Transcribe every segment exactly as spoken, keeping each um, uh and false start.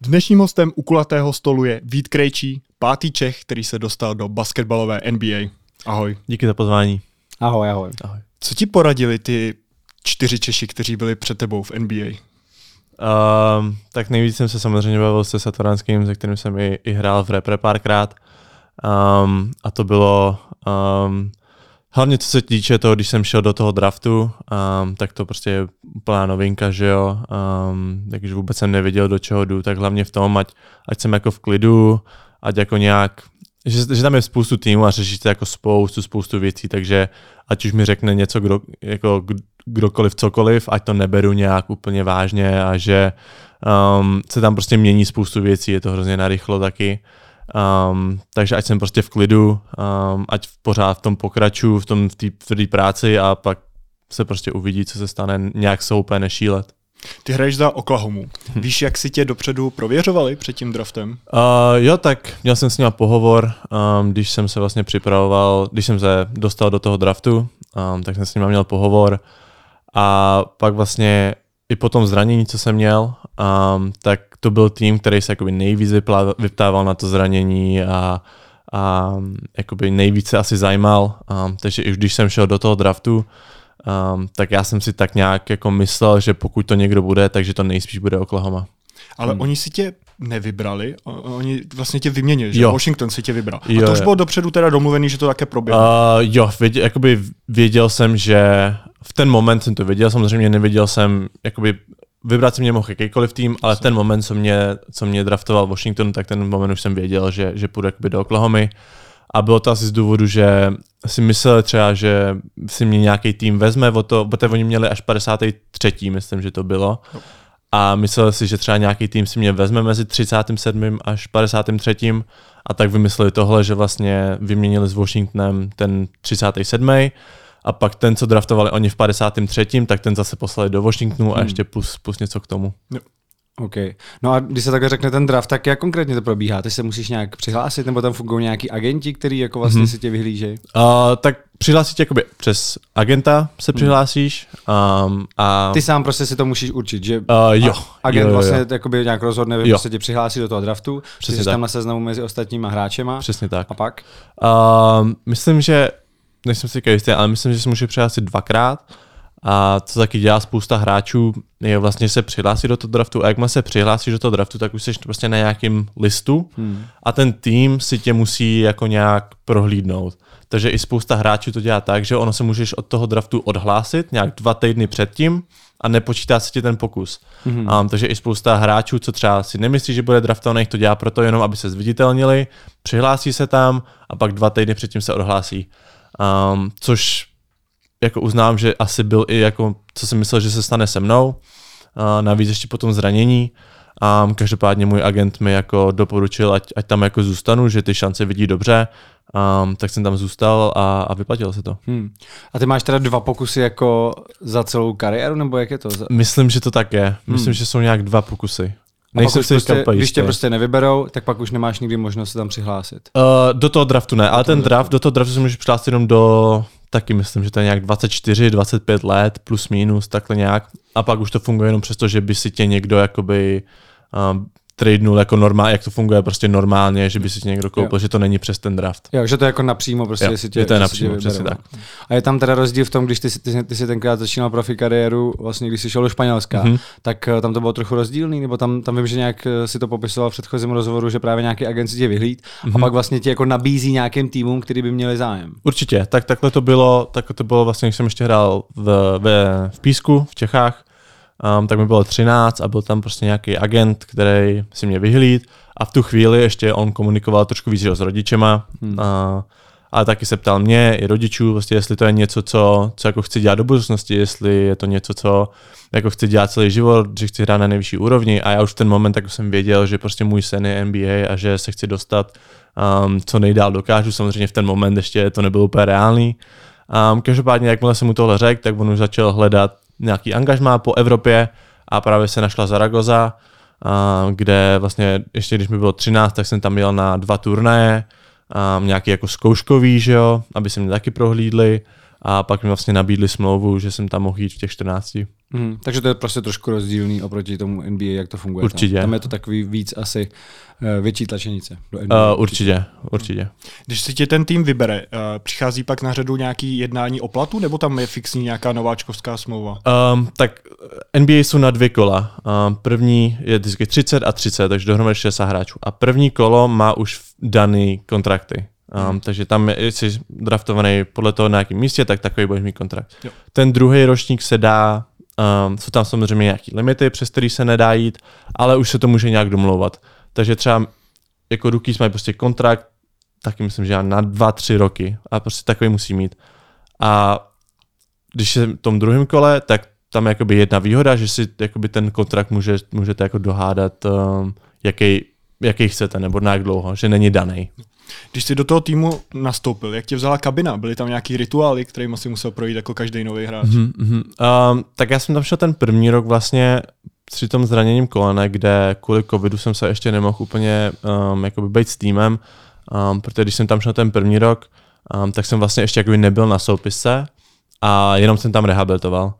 Dnešním hostem u kulatého stolu je Vít Krejčí, pátý Čech, který se dostal do basketbalové N B A. Ahoj. Díky za pozvání. Ahoj, ahoj. ahoj. Co ti poradili ty čtyři Češi, kteří byli před tebou v N B A? Um, tak nejvíc jsem se samozřejmě bavil se Satoranským, se kterým jsem i, i hrál v repre párkrát. Um, a to bylo um, hlavně co se týče toho, když jsem šel do toho draftu, um, tak to prostě je úplná novinka, že jo. Um, takže vůbec jsem nevěděl, do čeho jdu, tak hlavně v tom, ať, ať jsem jako v klidu, ať jako nějak, že, že tam je spoustu týmů a řešíte jako spoustu, spoustu věcí, takže ať už mi řekne něco, kdo, jako kdokoliv, cokoliv, ať to neberu nějak úplně vážně a že um, se tam prostě mění spoustu věcí, je to hrozně narychlo taky. Um, takže ať jsem prostě v klidu, um, ať pořád v tom pokračuju, v tom v té tvrdé práci a pak se prostě uvidí, co se stane, nějak se úplně nešílet. Ty hraješ za Oklahomu. Víš, jak si tě dopředu prověřovali před tím draftem? Uh, jo, tak měl jsem s ním pohovor, um, když jsem se vlastně připravoval, když jsem se dostal do toho draftu, um, tak jsem s ním měl pohovor a pak vlastně i po tom zranění, co jsem měl, um, tak to byl tým, který se jakoby nejvíc vyptával na to zranění a, a jakoby nejvíc se asi zajímal, um, takže i když jsem šel do toho draftu, Um, tak já jsem si tak nějak jako myslel, že pokud to někdo bude, takže to nejspíš bude Oklahoma. Ale hmm. oni si tě nevybrali, oni vlastně tě vyměnili, že jo. Washington si tě vybral. A jo, to už jo. bylo dopředu teda domluvený, že to také proběhne. Uh, jo, věděl, jakoby věděl jsem, že v ten moment jsem to věděl, samozřejmě nevěděl jsem, jakoby vybrat si mě mohl jakýkoliv tým, ale v ten moment, co mě, co mě draftoval Washington, tak ten moment už jsem věděl, že, že půjdu jakoby do Oklahomy. A bylo to asi z důvodu, že si mysleli třeba, že si mě nějaký tým vezme, o to, protože oni měli až padesátý třetí myslím, že to bylo. A mysleli si, že třeba nějaký tým si mě vezme mezi třicátým sedmým až padesátým třetím A tak vymysleli tohle, že vlastně vyměnili s Washingtonem ten třicátý sedmý A pak ten, co draftovali oni v padesátém třetím tak ten zase poslali do Washingtonu hmm. a ještě plus, plus něco k tomu. No. OK. No a když se takhle řekne ten draft, tak jak konkrétně to probíhá? Ty se musíš nějak přihlásit, nebo tam fungují nějaký agenti, který jako vlastně hmm. si tě vyhlížejí? Uh, tak přihlásit jakoby přes agenta se přihlásíš. Um, a... Ty sám prostě si to musíš určit, že uh, jo. agent jo, jo, jo. vlastně jakoby nějak rozhodne, že se tě přihlásí do toho draftu, přesně jsi tak. tam na seznamu mezi ostatníma hráčema. Přesně tak. A pak? Uh, myslím, že, nejsem si jistý, ale myslím, že se může přihlásit dvakrát. A co taky dělá spousta hráčů, je vlastně se přihlásit do toho draftu a jakmile se přihlásíš do toho draftu, tak už jsi prostě na nějakém listu hmm. a ten tým si tě musí jako nějak prohlídnout. Takže i spousta hráčů to dělá tak, že ono se můžeš od toho draftu odhlásit nějak dva týdny předtím a nepočítá se ti ten pokus. Hmm. Um, takže i spousta hráčů, co třeba si nemyslí, že bude draftovaný, to dělá proto jenom, aby se zviditelnili, přihlásí se tam a pak dva týdny předtím se odhlásí. Um, což jako uznám, že asi byl i jako, co jsem myslel, že se stane se mnou, uh, navíc ještě po tom zranění. Um, každopádně můj agent mi jako doporučil, ať, ať tam jako zůstanu, že ty šance vidí dobře, um, tak jsem tam zůstal a, a vyplatilo se to. Hmm. A ty máš teda dva pokusy jako za celou kariéru, nebo jak je to? Myslím, že to tak je. Myslím, hmm. že jsou nějak dva pokusy. Nejsem si prostě, když tě prostě nevyberou, tak pak už nemáš nikdy možnost se tam přihlásit. Uh, do toho draftu ne, ale ten draft, do toho draftu se můžeš přihlásit jenom do, taky myslím, že to je nějak dvacet čtyři dvacet pět let, plus minus, takhle nějak. A pak už to funguje jenom přesto, že by si tě někdo jakoby um, tradenul jako normálně, jak to funguje prostě normálně, že by si tě někdo koupil, jo. že to není přes ten draft. Jo, že to je jako napřímo, prostě, jo, jestli tě, je to je napřímo, napřímo, přesně tak. A je tam teda rozdíl v tom, když ty, ty, ty si tenkrát začínal profi kariéru, vlastně když jsi šel do Španělska, mm-hmm. tak tam to bylo trochu rozdílný, nebo tam, tam vím, že nějak si to popisoval v předchozím rozhovoru, že právě nějaký agent si tě vyhlíd mm-hmm. a pak vlastně tě jako nabízí nějakým týmům, který by měli zájem. Určitě, tak takhle to bylo, takhle to bylo vlastně, když jsem ještě hrál v, v, v Písku v Čechách. Um, tak mi bylo třináct a byl tam prostě nějaký agent, který si mě vyhlíd a v tu chvíli ještě on komunikoval trošku víc s rodičema, hmm. a, ale taky se ptal mě i rodičů, vlastně, jestli to je něco, co, co jako chci dělat do budoucnosti, jestli je to něco, co jako chci dělat celý život, že chci hrát na nejvyšší úrovni a já už v ten moment tak jsem věděl, že prostě můj sen je N B A a že se chci dostat um, co nejdál dokážu, samozřejmě v ten moment ještě to nebylo úplně reálný. Um, každopádně, jakmile jsem mu tohle řekl, tak on už začal hledat nějaký angažmá po Evropě a právě se našla Zaragoza, kde vlastně ještě když mi bylo třináct, tak jsem tam jel na dva turnaje, nějaký jako zkouškový, že jo, aby se mě taky prohlídli a pak mi vlastně nabídli smlouvu, že jsem tam mohl jít v těch čtrnácti. Mm, takže to je prostě trošku rozdílný oproti tomu N B A, jak to funguje. Určitě. Tam, tam je to takový víc asi uh, větší tlačenice. Do N B A. Uh, určitě, určitě. Když si tě ten tým vybere, uh, přichází pak na řadu nějaký jednání o platu, nebo tam je fixní nějaká nováčkovská smlouva? Um, tak N B A jsou na dvě kola. Um, první je vždycky třicet a třicet, takže dohromady šedesát hráčů. A první kolo má už daný kontrakty. Um, hmm. Takže tam, je, jsi draftovaný podle toho, na jakém místě, tak takový budeš mít kontrakt. Jo. Ten druhý ročník se dá, um, jsou tam samozřejmě nějaký limity, přes který se nedá jít, ale už se to může nějak domlouvat. Takže třeba jako rookies mají prostě kontrakt, taky myslím, že na dva, tři roky a prostě takový musí mít. A když je v tom druhém kole, tak tam je jakoby jedna výhoda, že si jakoby ten kontrakt může, můžete jako dohádat, um, jaký, jaký chcete, nebo na jak dlouho, že není daný. Když jsi do toho týmu nastoupil, jak tě vzala kabina? Byly tam nějaký rituály, kterými si musel projít jako každý nový hráč? Mm-hmm. Um, tak já jsem tam šel ten první rok vlastně při tom zraněním kolene, kde kvůli covidu jsem se ještě nemohl úplně um, jakoby být s týmem, um, protože když jsem tam šel ten první rok, um, tak jsem vlastně ještě jakoby nebyl na soupisce a jenom jsem tam rehabilitoval.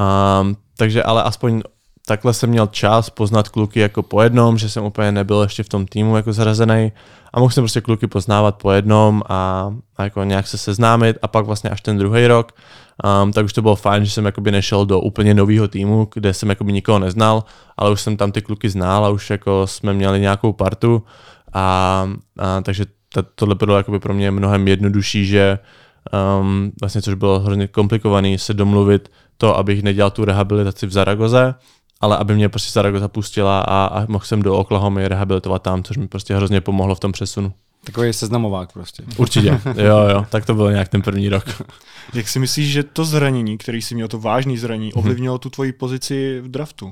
Um, takže ale aspoň takhle jsem měl čas poznat kluky jako po jednom, že jsem úplně nebyl ještě v tom týmu jako zařazený a mohl jsem prostě kluky poznávat po jednom a, a jako nějak se seznámit a pak vlastně až ten druhý rok, um, tak už to bylo fajn, že jsem jakoby nešel do úplně nového týmu, kde jsem jakoby nikoho neznal, ale už jsem tam ty kluky znal a už jako jsme měli nějakou partu a, a takže t- tohle bylo jakoby pro mě mnohem jednodušší, že um, vlastně což bylo hrozně komplikovaný se domluvit to, abych nedělal tu rehabilitaci v Zaragoze, ale aby mě prostě Zaragoza pustila a, a mohl jsem do Oklahomy rehabilitovat tam, což mi prostě hrozně pomohlo v tom přesunu. Takový seznamovák prostě. Určitě, jo, jo, tak to bylo nějak ten první rok. Jak si myslíš, že to zranění, který jsi měl, to vážný zranění, ovlivnilo tu tvoji pozici v draftu?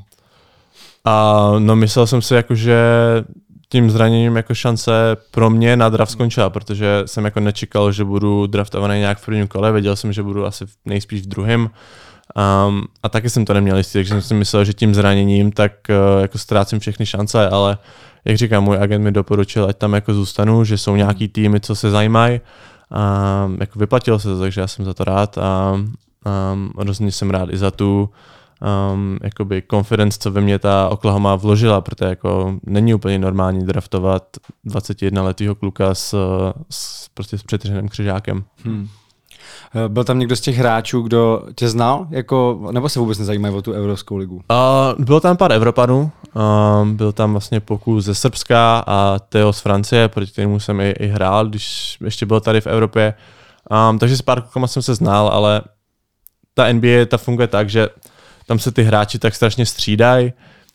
A no myslel jsem si jako, že tím zraněním jako šance pro mě na draft skončila, protože jsem jako nečekal, že budu draftovaný nějak v prvním kole, věděl jsem, že budu asi nejspíš v druhém. Um, a taky jsem to neměl jistý, takže jsem si myslel, že tím zraněním tak uh, jako ztrácím všechny šance, ale jak říkám, můj agent mi doporučil, ať tam jako zůstanu, že jsou nějaký týmy, co se zajímají. Um, jako vyplatilo se to, takže já jsem za to rád a um, rozhodně jsem rád i za tu um, jakoby confidence, co ve mě ta Oklahoma vložila, protože jako není úplně normální draftovat dvacetijednoletýho kluka s, s, prostě s přetrženým křižákem. Hmm. Byl tam někdo z těch hráčů, kdo tě znal? Jako, nebo se vůbec nezajímají o tu Evropskou ligu? Uh, bylo tam pár Evropanů. Uh, byl tam vlastně Pokus ze Srbska a Theo z Francie, proti kterému jsem i, i hrál, když ještě byl tady v Evropě. Um, takže s pár klukama jsem se znal, ale ta N B A ta funguje tak, že tam se ty hráči tak strašně střídají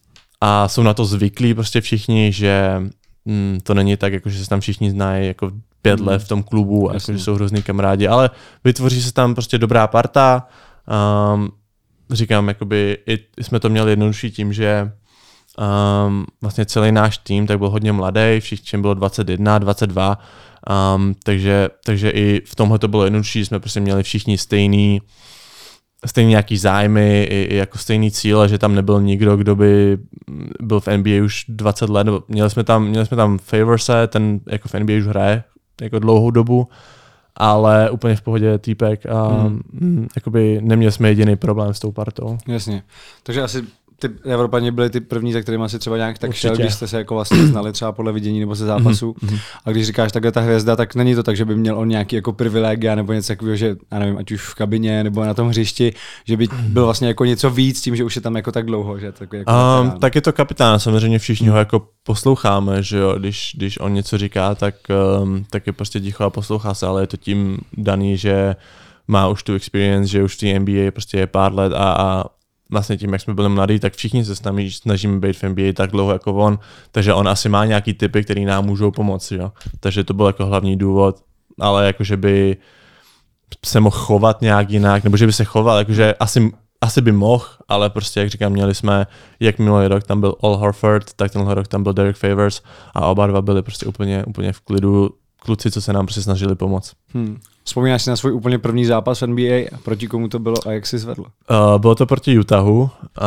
a jsou na to zvyklí prostě všichni, že mm, to není tak, jako, že se tam všichni znají jako pět let v tom klubu, jako, že jsou hrozný kamarádi, ale vytvoří se tam prostě dobrá parta. Um, říkám, jakoby i jsme to měli jednodušší tím, že um, vlastně celý náš tým tak byl hodně mladý, všichni bylo dvacet jedna, dvacet dva, um, takže, takže i v tomhle to bylo jednodušší, jsme prostě měli všichni stejný stejný nějaký zájmy, i, i jako stejný cíle, že tam nebyl nikdo, kdo by byl v N B A už dvacet let, měli jsme tam, měli jsme tam Favorse, ten jako v N B A už hraje jako dlouhou dobu, ale úplně v pohodě týpek a hmm. jakoby neměli jsme jediný problém s tou partou. Jasně, takže asi ty Evropani byli ty první, za kterými asi třeba nějak tak šel, když jste se jako vlastně znali třeba podle vidění nebo ze zápasu. Mm-hmm. A když říkáš takhle ta hvězda, tak není to tak, že by měl on nějaký jako privilegia nebo něco takového, že já nevím, ať už v kabině nebo na tom hřišti, že by byl vlastně jako něco víc tím, že už je tam jako tak dlouho, že tak jako um, tak je to kapitán, samozřejmě všichni ho jako posloucháme, že jo, když, když on něco říká, tak, um, tak je prostě ticho a poslouchá se, ale je to tím daný, že má už tu experience, že už v té N B A prostě je pár let a, a vlastně tím, jak jsme byli mladí, tak všichni se s námi snažíme být v N B A tak dlouho jako on, takže on asi má nějaký typy, který nám můžou pomoct, jo. Takže to byl jako hlavní důvod, ale jakože by se mohl chovat nějak jinak, nebo že by se choval, jakože asi, asi by mohl, ale prostě, jak říkám, měli jsme, jak minulý rok tam byl Al Horford, tak tenhle rok tam byl Derek Favors a oba dva byli prostě úplně, úplně v klidu kluci, co se nám prostě snažili pomoct. Hmm. Vzpomínáš si na svůj úplně první zápas v N B A? Proti komu to bylo a jak jsi zvedl? Uh, bylo to proti Utahu uh,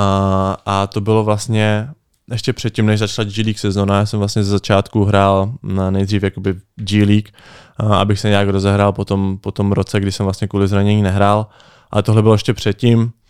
a to bylo vlastně ještě předtím, než začala G League sezona. Já jsem vlastně ze začátku hrál na nejdřív jakoby G League, uh, abych se nějak rozehrál po tom, po tom roce, kdy jsem vlastně kvůli zranění nehrál. Ale tohle bylo ještě předtím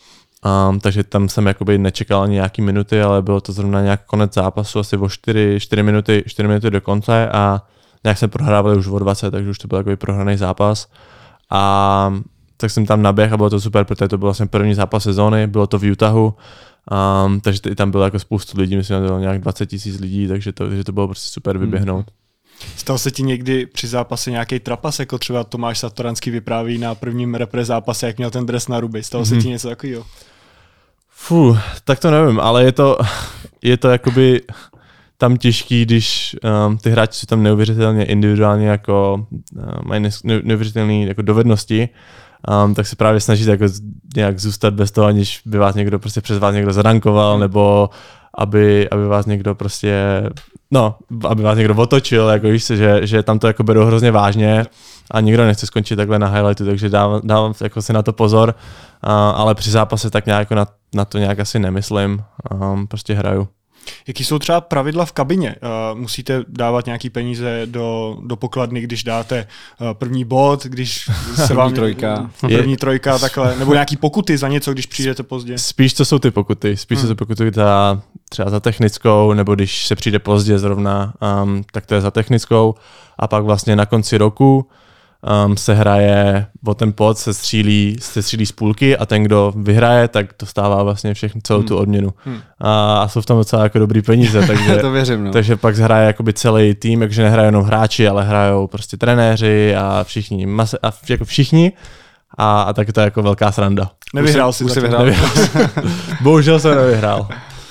Um, takže tam jsem jakoby nečekal ani nějaký minuty, ale bylo to zrovna nějak konec zápasu, asi o čtyři minuty, čtyři minuty do konce a nějak jsme prohrávali už o dvacet, takže už to byl takový prohraný zápas. A tak jsem tam naběhl a bylo to super, protože to byl vlastně první zápas sezóny, bylo to v Utahu, um, takže i tam bylo jako spoustu lidí, myslím, že to bylo nějak dvacet tisíc lidí, takže to, takže to bylo prostě super vyběhnout. Hmm. Stal se ti někdy při zápase nějaký trapas, jako třeba Tomáš Satoranský vypráví na prvním repre zápase, jak měl ten dres na ruby. Stalo se ti něco takového? Fú, tak to nevím, ale je to, je to jakoby tam těžký, když um, ty hráči jsou tam neuvěřitelně individuálně jako uh, mají neuvěřitelné jako dovednosti, um, tak se právě snažíte jako nějak zůstat bez toho, aniž by vás někdo prostě přes vás někdo zadankoval, nebo aby, aby vás někdo prostě, no, aby vás někdo otočil, jako víš se, že, že tam to jako berou hrozně vážně a nikdo nechce skončit takhle na highlightu, takže dávám, dávám jako si na to pozor, uh, ale při zápase tak nějak na, na to nějak asi nemyslím, um, prostě hraju. Jaký jsou třeba pravidla v kabině? Uh, musíte dávat nějaký peníze do, do pokladny, když dáte uh, první bod, když se vám... první trojka. První trojka, takhle, nebo nějaký pokuty za něco, když přijdete pozdě? Spíš to jsou ty pokuty. Spíš hmm. to jsou pokuty za, třeba za technickou, nebo když se přijde pozdě zrovna, um, tak to je za technickou. A pak vlastně na konci roku Um, se hraje o ten pod, se střílí, se střílí z půlky a ten, kdo vyhraje, tak dostává vlastně všechno, celou hmm. tu odměnu. Hmm. A, a jsou v tom docela jako dobrý peníze, takže, to věřím, no. takže pak hraje jakoby celý tým, jakože nehrají jenom hráči, ale hrajou prostě trenéři a všichni, mase, a jako všichni a, a tak to je jako velká sranda. Nevyhrál jsi, už jsi vyhrál. Bohužel jsem nevyhrál.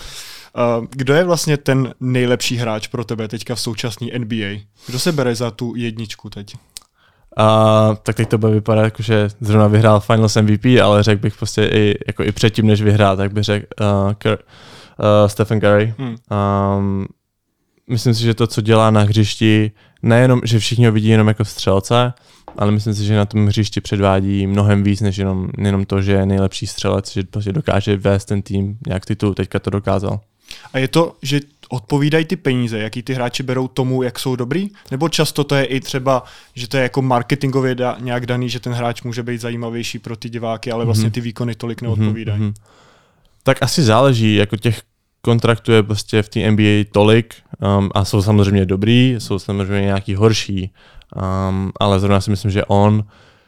Kdo je vlastně ten nejlepší hráč pro tebe teďka v současné N B A? Kdo se bere za tu jedničku teď? Uh, tak teď to bude vypadat jako, že zrovna vyhrál Finals M V P, ale řekl bych prostě i, jako i předtím, než vyhrál, tak bych řekl uh, Cur- uh, Stephen Curry. Hmm. Um, myslím si, že to, co dělá na hřišti, nejenom, že všichni ho vidí jenom jako střelce, ale myslím si, že na tom hřišti předvádí mnohem víc, než jenom, jenom to, že je nejlepší střelec, že prostě dokáže vést ten tým nějak titul, teďka to dokázal. A je to, že odpovídají ty peníze, jaký ty hráči berou tomu, jak jsou dobrý? Nebo často to je i třeba, že to je jako marketingově da, nějak daný, že ten hráč může být zajímavější pro ty diváky, ale vlastně ty výkony tolik neodpovídají? Mm-hmm. Tak asi záleží, jako těch kontraktů je prostě v té N B A tolik um, a jsou samozřejmě dobrý, jsou samozřejmě nějaký horší, um, ale zrovna si myslím, že on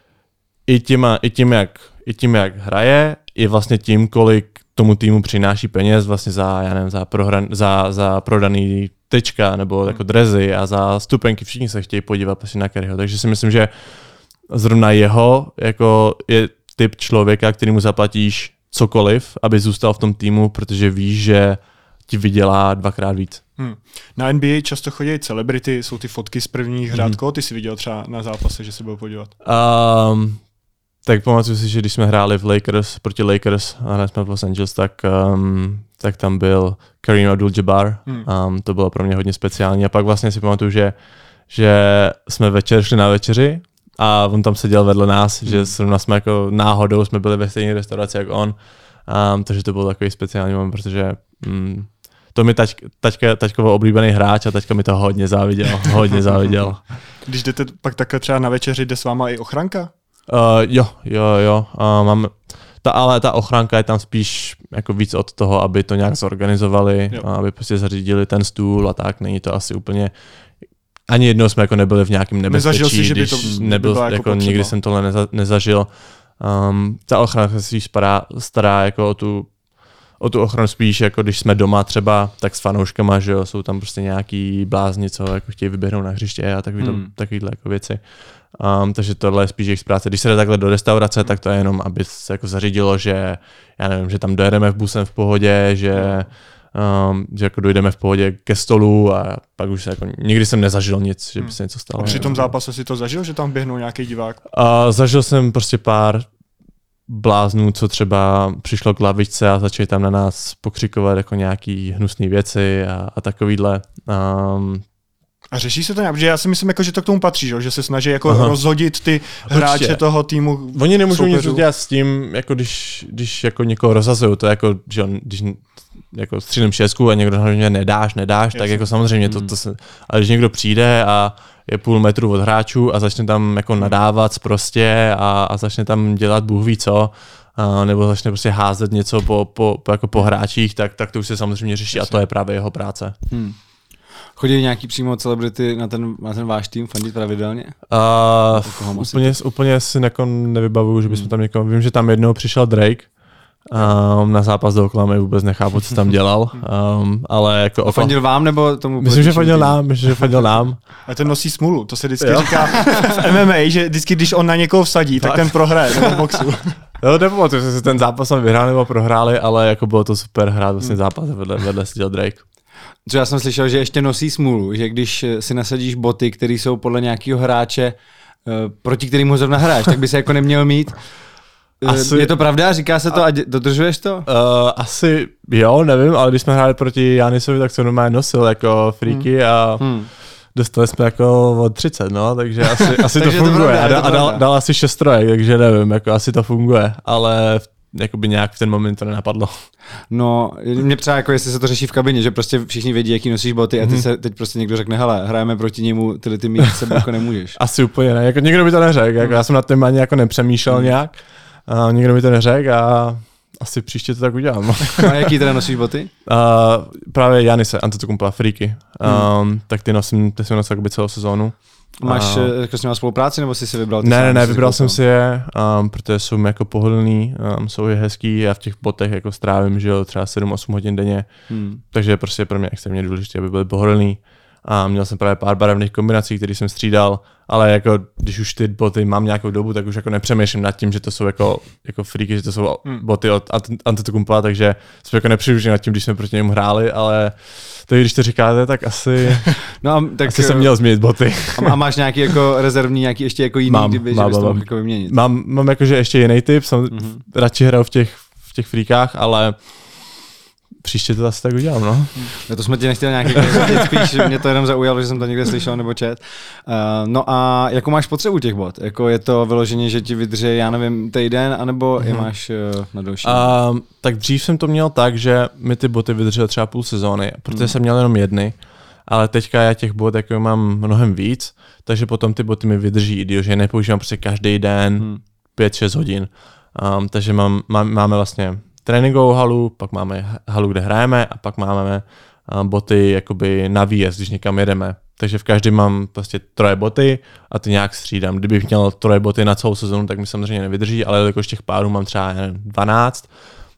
i tím, i tím, jak, i tím, jak hraje, je vlastně tím, kolik tomu týmu přináší peněz vlastně za, já nevím, za, prohran, za, za prodaný tečka nebo hmm. jako drezy a za stupenky, všichni se chtějí podívat prostě na Curryho, takže si myslím, že zrovna jeho jako je typ člověka, kterýmu zaplatíš cokoliv, aby zůstal v tom týmu, protože víš, že ti vydělá dvakrát víc. Hmm. Na N B A často chodí celebrity, jsou ty fotky z prvních hrát. Hmm. Koho ty jsi viděl třeba na zápase, že se byl podívat? Um, Tak pamatuju si, že když jsme hráli v Lakers, proti Lakers a hráli jsme v Los Angeles, tak, um, tak tam byl Kareem Abdul-Jabbar. Hmm. Um, to bylo pro mě hodně speciální. A pak vlastně si pamatuju, že, že jsme večer šli na večeři a on tam seděl vedle nás, hmm. že jsme jako náhodou jsme byli ve stejné restauraci jak on. Um, takže to byl takový speciální moment, protože um, to mi tač, tačka, tačkovo oblíbený hráč a tačka mi to hodně záviděl. Hodně záviděl. Když jdete pak takhle třeba na večeři, jde s váma i ochranka? Uh, jo, jo, jo. Uh, mám, ta, ale ta ochranka je tam spíš jako víc od toho, aby to nějak zorganizovali, jo. aby prostě zařídili ten stůl a tak. Není to asi úplně... Ani jednou jsme jako nebyli v nějakém nebezpečí, Nezažil si, že by to nebyl, by jako, jako nikdy jsem tohle neza, nezažil. Um, ta ochrana se spíš stará, stará jako o tu, o tu ochranu spíš, jako když jsme doma třeba, tak s fanouškama, že jo, jsou tam prostě nějaký blázni, co jako chtějí vyběhnout na hřiště a takový hmm. takovýhle jako věci. Um, takže tohle je spíš jejich práce. Když se jde takhle do restaurace, tak to je jenom, aby se jako zařídilo, že já nevím, že tam dojedeme v busem v pohodě, že, um, že jako dojdeme v pohodě ke stolu a pak už se jako, nikdy jsem nezažil nic, že by se něco stalo. A při tom zápase si to zažil, že tam běhnul nějaký divák? Uh, zažil jsem prostě pár bláznů, co třeba přišlo k lavičce a začali tam na nás pokřikovat jako nějaký hnusné věci a, a takovýhle. Um, A řeší se to nějak, protože já si myslím, jako, že to k tomu patří, že se snaží jako rozhodit ty hráče Určitě. toho týmu. Oni nemůžou nic udělat s tím, jako když, když jako někoho rozhazují, to je jako, že on, když jako střílím šestku a někdo hlavně nedáš, nedáš, Jasně. tak jako samozřejmě to, to se, ale když někdo přijde a je půl metru od hráčů a začne tam jako nadávat prostě a, a začne tam dělat bůh ví co, uh, nebo začne prostě házet něco po, po, po, jako po hráčích, tak, tak to už se samozřejmě řeší a to je právě jeho práce. Hmm. Chodí nějaký přímo celebrity na ten, na ten váš tým fandit pravidelně? Uh, úplně, úplně si jako nevybavuju, že bychom hmm. tam někoho, vím, že tam jednou přišel Drake, Um, na zápas do Oklahoma vůbec nechápu, co tam dělal, um, ale jako... Okla... Fandil vám nebo tomu? Myslím, že fandil nám, myslím, že fandil nám. A ten nosí smůlu, to se vždycky jo. říká v M M A, že vždycky, když on na někoho vsadí, tak, tak ten prohraje nebo v boxu. Jo, nepamatuji, že se ten zápas tam vyhrál nebo prohráli, ale jako bylo to super hrát vlastně zápas, vedle, vedle seděl Drake. Co já jsem slyšel, že ještě nosí smůlu, že když si nasadíš boty, které jsou podle nějakého hráče, proti kterému zrovna hraješ, tak by se jako neměl mít. Asi, je to pravda? Říká se to a, a dodržuješ to? Uh, asi jo, nevím, ale když jsme hráli proti Janisovi, tak se normálně nosil jako freaky hmm. a hmm. dostali jsme jako od třicet, no, takže asi, asi to funguje. To pravda, a, da, to a dal, dal asi šest trojek, takže nevím, jako asi to funguje, ale jakoby nějak v ten moment to nenapadlo. No, mě třeba jako jestli se to řeší v kabině, že prostě všichni vědí, jaký nosíš boty a ty se teď prostě někdo řekne, hele, hrajeme proti němu, tyhle ty mít sebe jako nemůžeš. Asi úplně ne, jako nikdo by to neřekl, jako já jsem nad tím ani jako nepřemýšlel hmm. nějak. A nikdo mi to neřekl a asi příště to tak udělám. No. A jaký teda nosíš boty? Uh, právě Janise, Antetokounmpa, freaky. Um, hmm. Tak ty nosím, ty jsem nosil celou sezónu. Máš uh, jako s nimi spolupráci, nebo jsi si vybral? Ty ne, ne, ne, vybral jsem si je, um, protože jsou mi jako pohodlný, um, jsou je hezký, já v těch botech jako strávím, že jo, třeba sedm osm hodin denně, hmm. takže prostě je pro mě extrémně důležité, aby byly pohodlný. A měl jsem právě pár barevných kombinací, které jsem střídal, ale jako když už ty boty mám nějakou dobu, tak už jako nepřemýšlím nad tím, že to jsou jako, jako freaky, že to jsou hmm. boty od Antetokounmpa, takže jsem jako nepřemýšlím nad tím, když jsme proti němu hráli, ale to když to říkáte, tak asi, no a, tak, asi jsem měl změnit boty. A máš nějaký jako rezervní, nějaký ještě jako jiný, mám, kdyby, mám, že bys to mohl jako vyměnit? Mám, mám jakože ještě jiný typ, jsem mm-hmm. radši hrál v těch, v těch freakách, ale příště to asi tak udělám, no. No to jsme ti nechtěli nějaký vědět, spíš mě to jenom zaujalo, že jsem to někde slyšel nebo čet. Uh, no a jakou máš potřebu těch bot? Jako je to vyloženě, že ti vydrží, já nevím, týden, anebo mm-hmm. je máš uh, na další? Uh, tak dřív jsem to měl tak, že mi ty boty vydržely třeba půl sezóny, protože mm. jsem měl jenom jedny, ale teďka já těch bot jako mám mnohem víc, takže potom ty boty mi vydrží i díl, že je nepoužívám prostě každý den mm. pět šest hodin. Um, takže mám, má, máme vlastně tréninkovou halu, pak máme halu, kde hrajeme a pak máme boty jakoby na výjezd, když někam jedeme. Takže v každém mám prostě troje boty a ty nějak střídám. Kdybych měl troje boty na celou sezonu, tak mi samozřejmě nevydrží, ale jakož těch párů mám třeba dvanáct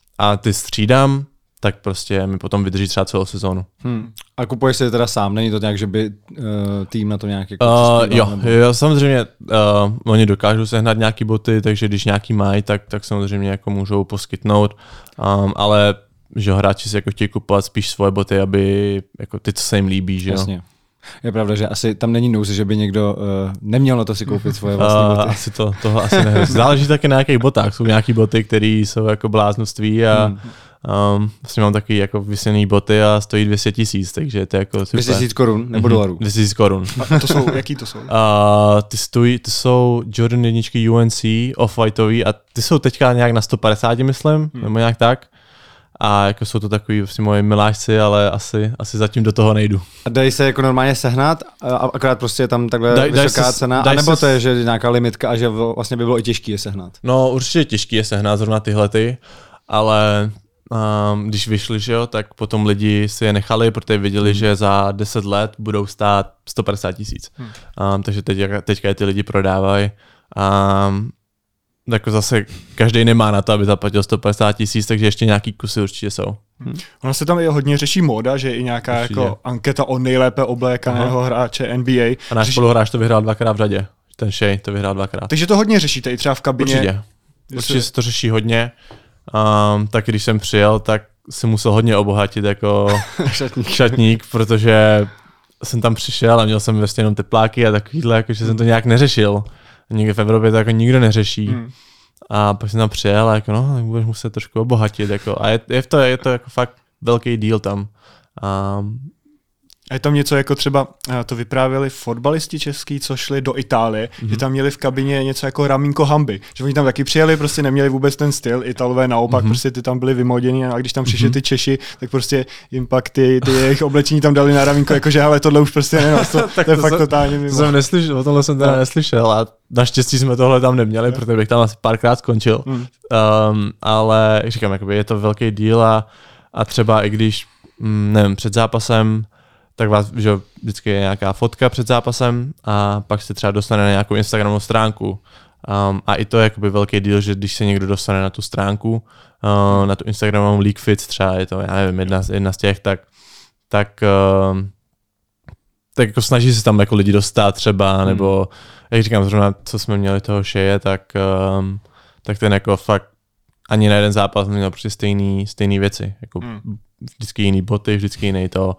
a ty střídám, tak prostě mi potom vydrží třeba celou sezonu. Hmm. A kupuješ si teda sám? Není to nějak, že by uh, tým na to nějak jako uh, jo, nebo... jo, samozřejmě uh, oni dokážou sehnat nějaký boty, takže když nějaký mají, tak, tak samozřejmě jako můžou poskytnout, um, ale že hráči si jako chtějí kupovat spíš svoje boty, aby jako ty, co se jim líbí, že jo. Jasně. Je pravda, že asi tam není nouze, že by někdo uh, neměl na to si koupit svoje vlastní boty. Uh, asi to, toho asi nehrozí. Záleží taky na jakých botách. Jsou nějaký boty, které jsou jako bláznoství a hmm. um, vlastně mám takový jako vysený boty a stojí dvě stě tisíc, takže to je jako super. dvě stě tisíc korun nebo mm-hmm. dolarů? dvě stě tisíc korun. A to jsou, jaký to jsou? Uh, ty, stojí, ty jsou Jordan jedničky U N C, off-whiteový a ty jsou teďka nějak na sto padesát, myslím, hmm. nebo nějak tak. A jako jsou to takový vlastně moje miláčci, ale asi, asi zatím do toho nejdu. A dají se jako normálně sehnat, a akorát prostě je tam takhle daj, vysoká daj cena, se, anebo se, to je, že nějaká limitka a že vlastně by bylo i těžký je sehnat? No určitě těžký je sehnat zrovna tyhle ty, ale um, když vyšli, že jo, tak potom lidi si je nechali, protože viděli, hmm. že za deset let budou stát sto padesát tisíc. Hmm. Um, takže teď, teďka je ty lidi prodávají. Um, jako zase každý nemá na to, aby zaplatil sto padesát tisíc, takže ještě nějaký kusy určitě jsou. Hmm. Ono se tam i hodně řeší móda, že je i nějaká jako anketa o nejlépe oblékaného hráče N B A. A náš Řeší... spoluhráč to vyhrál dvakrát v řadě. Ten Shea to vyhrál dvakrát. Takže to hodně řešíte i třeba v kabině. Určitě. Určitě se to řeší hodně. Um, tak když jsem přijel, tak jsem musel hodně obohatit jako šatník. šatník, protože jsem tam přišel a měl jsem vlastně jenom tepláky a takovýhle, jako, že jsem to nějak neřešil. Někde v Evropě to jako nikdo neřeší. Hmm. A pak jsem tam přijel a jako no, tak budeš muset trošku obohatit. Jako. A je, je, to, je to jako fakt velký deal tam. A A je tam něco jako třeba, to vyprávěli fotbalisti český, co šli do Itálie, mm-hmm. že tam měli v kabině něco jako ramínko hamby, že oni tam taky přijeli, prostě neměli vůbec ten styl, Italové naopak, mm-hmm. prostě ty tam byli vymoděni a když tam přišli mm-hmm. ty Češi, tak prostě jim pak ty, ty jejich oblečení tam dali na ramínko, jakože ale tohle už prostě nenos, to, to, to je fakt jsem, totálně mimo. To jsem neslyšel, o tomhle jsem teda no. neslyšel a naštěstí jsme tohle tam neměli, protože bych tam asi párkrát skončil, mm. um, ale jak říkám, jakoby je to velký díl a, a třeba i když, mm, nevím, před zápasem tak vás, že vždycky je nějaká fotka před zápasem a pak se třeba dostane na nějakou Instagramovou stránku. Um, a i to je jakoby velký deal, že když se někdo dostane na tu stránku, uh, na tu Instagramovou Leaguefits, třeba je to, já nevím, jedna, jedna z těch, tak, tak, uh, tak jako snaží se tam jako lidi dostat třeba, hmm. nebo jak říkám, zrovna co jsme měli toho šeje, tak, um, tak ten jako fakt ani na jeden zápas neměl prostě stejný, stejný věci. Jako hmm. vždycky jiný boty, vždycky jiný to.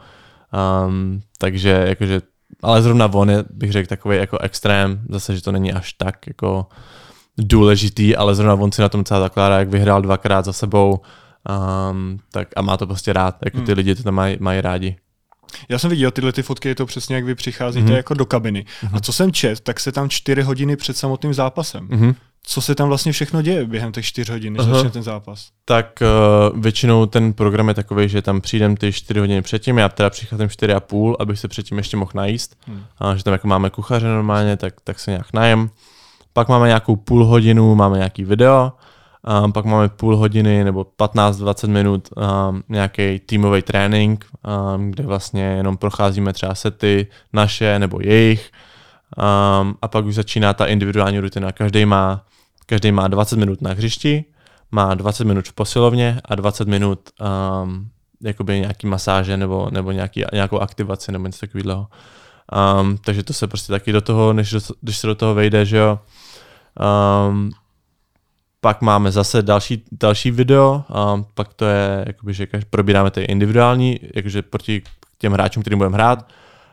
Um, takže jakože, ale zrovna on je, bych řekl, takový jako extrém, zase, že to není až tak jako důležitý, ale zrovna on si na tom celá zakládá, jak vyhrál dvakrát za sebou, um, tak a má to prostě rád, jako ty hmm. lidi to tam mají, mají rádi. Já jsem viděl tyhle ty fotky, je to přesně jak vy přicházíte mm-hmm. jako do kabiny. Mm-hmm. A co jsem čet, tak se tam čtyři hodiny před samotným zápasem. Mm-hmm. Co se tam vlastně všechno děje během těch čtyř hodin, než začne ten zápas? Tak uh, většinou ten program je takový, že tam přijdem ty čtyři hodiny předtím, já teda přicházím čtyři a půl, abych se předtím ještě mohl najíst. Hmm. A že tam jako máme kuchaře normálně, tak, tak se nějak najem. Pak máme nějakou půl hodinu, máme nějaký video, um, pak máme půl hodiny nebo patnáct dvacet minut um, nějaký týmový trénink, um, kde vlastně jenom procházíme třeba sety naše nebo jejich. Um, a pak už začíná ta individuální rutina. Každý má Každý má dvacet minut na hřišti, má dvacet minut v posilovně a dvacet minut um, jakoby nějaký masáže nebo, nebo nějaký, nějakou aktivaci nebo něco takového. Um, takže to se prostě taky do toho, než do, když se do toho vejde, že jo. Um, pak máme zase další, další video, um, pak to je, jakoby, že probíráme ty individuální, jakože proti těm hráčům, kterým budeme hrát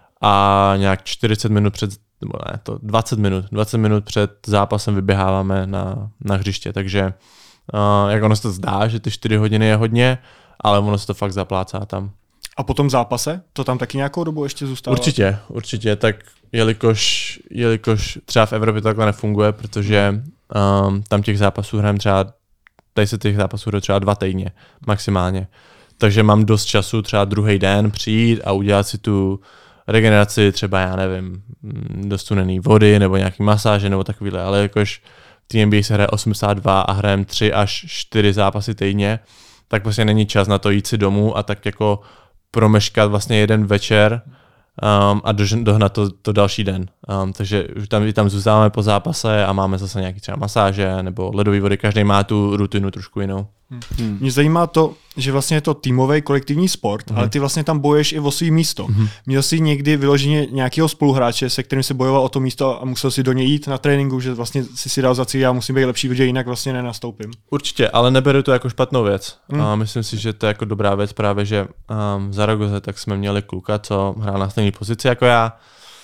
a nějak čtyřicet minut před nebo ne, to dvacet minut, dvacet minut před zápasem vyběháváme na, na hřiště, takže uh, jak ono se to zdá, že ty čtyři hodiny je hodně, ale ono se to fakt zaplácá tam. A po tom zápase? To tam taky nějakou dobu ještě zůstává? Určitě, určitě, tak jelikož, jelikož třeba v Evropě to takhle nefunguje, protože um, tam těch zápasů hrajeme třeba, tady se těch zápasů hraje třeba dva týdně maximálně, takže mám dost času třeba druhý den přijít a udělat si tu regeneraci, třeba já nevím, do studené vody nebo nějaký masáže nebo takovýhle, ale jakož v té N B A se hraje osmdesát dva a hrajeme tři až čtyři zápasy týdně, tak prostě není čas na to jít si domů a tak jako promeškat vlastně jeden večer um, a dohnat to, to další den. Um, takže už tam, tam zůstáváme po zápase a máme zase nějaký třeba masáže nebo ledové vody, každý má tu rutinu trošku jinou. Hmm. Mě zajímá to, že vlastně je to týmový kolektivní sport, hmm. ale ty vlastně tam bojuješ i o svý místo. Hmm. Měl jsi někdy vyloženě nějakého spoluhráče, se kterým se bojoval o to místo a musel si do něj jít na tréninku, že vlastně si si dal za cíl, já musím být lepší, protože jinak vlastně nenastoupím. Určitě, ale neberu to jako špatnou věc. Hmm. A myslím si, že to je jako dobrá věc právě, že um, v Zaragoze tak jsme měli kluka, co hrál na stejné pozici jako já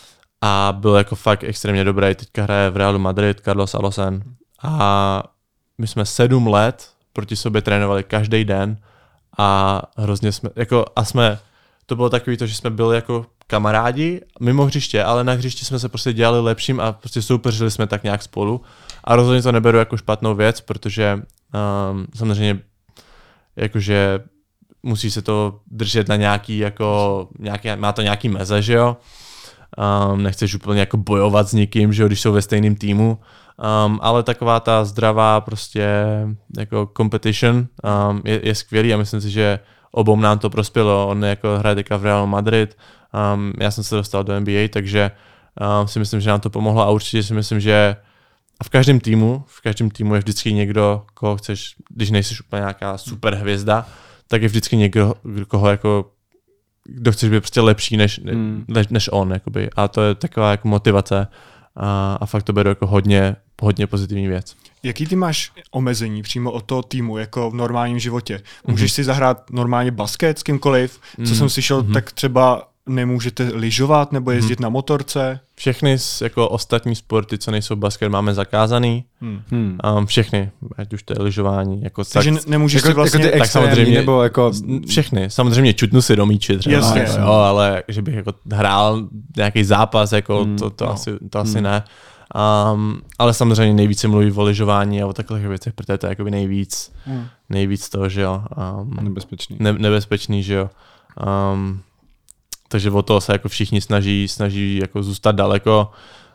a byl jako fakt extrémně dobrý. Teďka hraje v Realu Madrid, Carlos Alosen a my jsme sedm let proti sobě trénovali každý den a hrozně jsme, jako a jsme, to bylo takový to, že jsme byli jako kamarádi mimo hřiště, ale na hřišti jsme se prostě dělali lepším a prostě soupeřili jsme tak nějak spolu a rozhodně to neberu jako špatnou věc, protože um, samozřejmě jakože musí se to držet na nějaký, jako, nějaký, má to nějaký meze, že jo, um, nechceš úplně jako bojovat s někým, že jo, když jsou ve stejném týmu. Um, ale taková ta zdravá prostě jako competition um, je, je skvělý a myslím si, že obou nám to prospělo. On jako hraje teďka v Realu Madrid, um, já jsem se dostal do N B A, takže um, si myslím, že nám to pomohlo a určitě si myslím, že v každém týmu, v každém týmu je vždycky někdo, koho chceš, když nejsi úplně nějaká super hvězda, tak je vždycky někdo, koho jako kdo chceš být prostě lepší než, hmm. než, než on, jakoby. A to je taková jako motivace a, a fakt to beru jako hodně, hodně pozitivní věc. Jaký ty máš omezení přímo od toho týmu, jako v normálním životě? Můžeš mm-hmm. si zahrát normálně basket s kýmkoliv? Co mm-hmm. jsem slyšel, mm-hmm. tak třeba nemůžete lyžovat nebo jezdit hmm. na motorce? Všechny jako ostatní sporty, co nejsou basket, máme zakázaný. Hmm. Um, všechny, ať už to je lyžování. Jako Takže tak, nemůžeš jako, si vlastně... Jako ty tak samozřejmě, nebo jako... Všechny. Samozřejmě čutnu si do míče třeba. Jasně. Jako, jo, ale že bych jako hrál nějaký zápas, jako hmm. to, to, no. asi, to asi hmm. ne. Um, ale samozřejmě nejvíce mluví o lyžování a o takových věcech, protože to je jakoby nejvíc, hmm. nejvíc toho, že jo. Um, nebezpečný. Ne, nebezpečný, že jo. Um, takže o toho se jako všichni snaží, snaží jako zůstat daleko.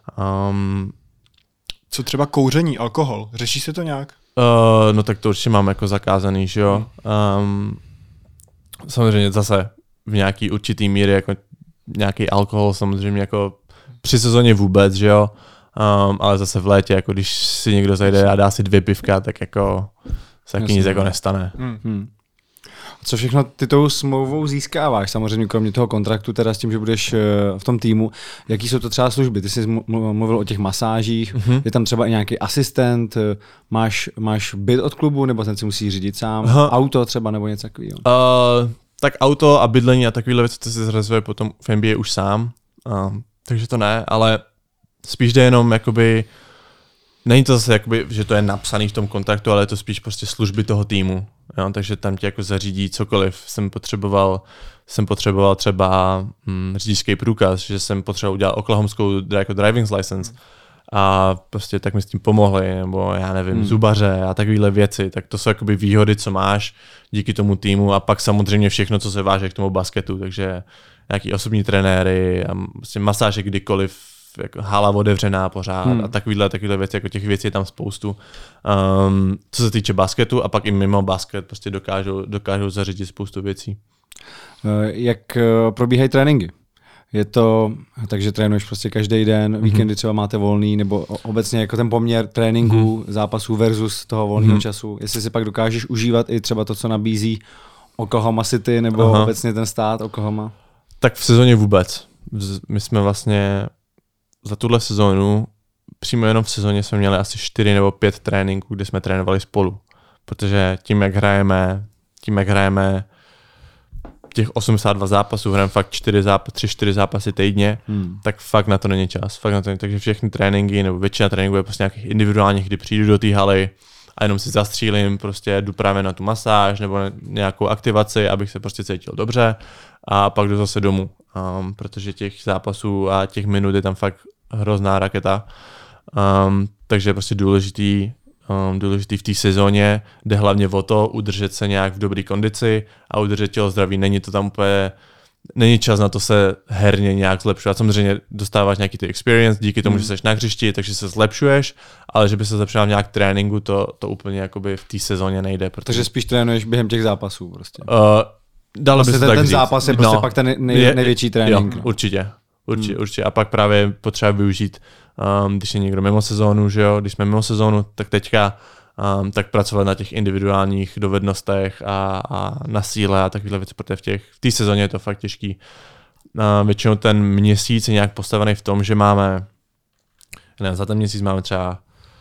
Um, Co třeba kouření, alkohol? Řeší se to nějak? Uh, no tak to určitě mám jako zakázaný, že jo. Um, samozřejmě zase v nějaký určitý míry jako nějaký alkohol samozřejmě jako při sezóně vůbec, že jo. Um, ale zase v létě, jako když si někdo zajde a dá si dvě pivka, tak jako se taky nic jako nestane. Hmm. Hmm. Co všechno ty tou smlouvou získáváš? Samozřejmě kromě toho kontraktu, teda s tím, že budeš v tom týmu. Jaký jsou to třeba služby? Ty jsi mluvil o těch masážích, mm-hmm. je tam třeba i nějaký asistent, máš, máš byt od klubu, nebo ten si musí řídit sám, Aha. auto třeba, nebo něco takového? Uh, tak auto a bydlení a takovýhle věci, to si zrazuje potom v N B A už sám, uh, takže to ne, ale spíš jde jenom jakoby, není to zase jakoby, že to je napsaný v tom kontraktu, ale je to spíš prostě služby toho týmu. Jo, takže tam ti jako zařídí cokoliv. Jsem potřeboval, jsem potřeboval třeba hm, řidičský průkaz, že jsem potřeboval udělat oklahomskou jako driving license a prostě tak mi s tím pomohli, nebo já nevím, hmm. zubaře a takovéhle věci. Tak to jsou jakoby výhody, co máš díky tomu týmu a pak samozřejmě všechno, co se váže k tomu basketu, takže nějaký osobní trenéry a prostě masáže kdykoliv, jako hala otevřená pořád hmm. a takovýhle, takovýhle věci, jako těch věcí je tam spoustu. Um, co se týče basketu a pak i mimo basket prostě dokážou, dokážou zařídit spoustu věcí. Jak probíhají tréninky? Je to, takže trénuješ prostě každý den, víkendy mm-hmm. třeba máte volný, nebo obecně jako ten poměr tréninků, mm-hmm. zápasů versus toho volného mm-hmm. času. Jestli si pak dokážeš užívat i třeba to, co nabízí Oklahoma City, nebo Aha. obecně ten stát Oklahoma? Tak v sezóně vůbec. My jsme vlastně za tuhle sezónu, přímo jenom v sezóně jsme měli asi čtyři nebo pět tréninků, kde jsme trénovali spolu. Protože tím, jak hrajeme, tím, jak hrajeme těch osmdesát dva zápasů, hrajeme fakt čtyři zápasy, tři, čtyři zápasy týdně, hmm. tak fakt na to není čas. Fakt na to není. Takže všechny tréninky, nebo většina tréninků je prostě nějakých individuálních, kdy přijdu do té haly a jenom si zastřílím, prostě jdu právě na tu masáž nebo nějakou aktivaci, abych se prostě cítil dobře a pak jdu zase domů. Um, protože těch zápasů a těch minut je tam fakt hrozná raketa. Um, takže je prostě důležitý, um, důležitý v té sezóně, jde hlavně o to udržet se nějak v dobré kondici a udržet tělo zdraví. Není to tam úplně, není čas na to se herně nějak zlepšovat. Samozřejmě dostáváš nějaký ty experience díky tomu, hmm. že jsi na hřišti, takže se zlepšuješ, ale že by se zlepšoval v nějak tréninku, to, to úplně jakoby v té sezóně nejde. Protože... Takže spíš trénuješ během těch zápasů prostě. Uh, Dalo vlastně by se ten, tak ten říct. zápas je prostě no, pak ten nej, největší trénink. Jo, no. určitě. Určitě, hmm. určitě. A pak právě potřeba využít, um, když je někdo mimo sezónu, že jo, když jsme mimo sezónu, tak teďka um, tak pracovat na těch individuálních dovednostech a, a na síle a takovéhle věci, protože v těch v té sezóně je to fakt těžký. Uh, většinou ten měsíc je nějak postavený v tom, že máme, ne, za ten měsíc máme třeba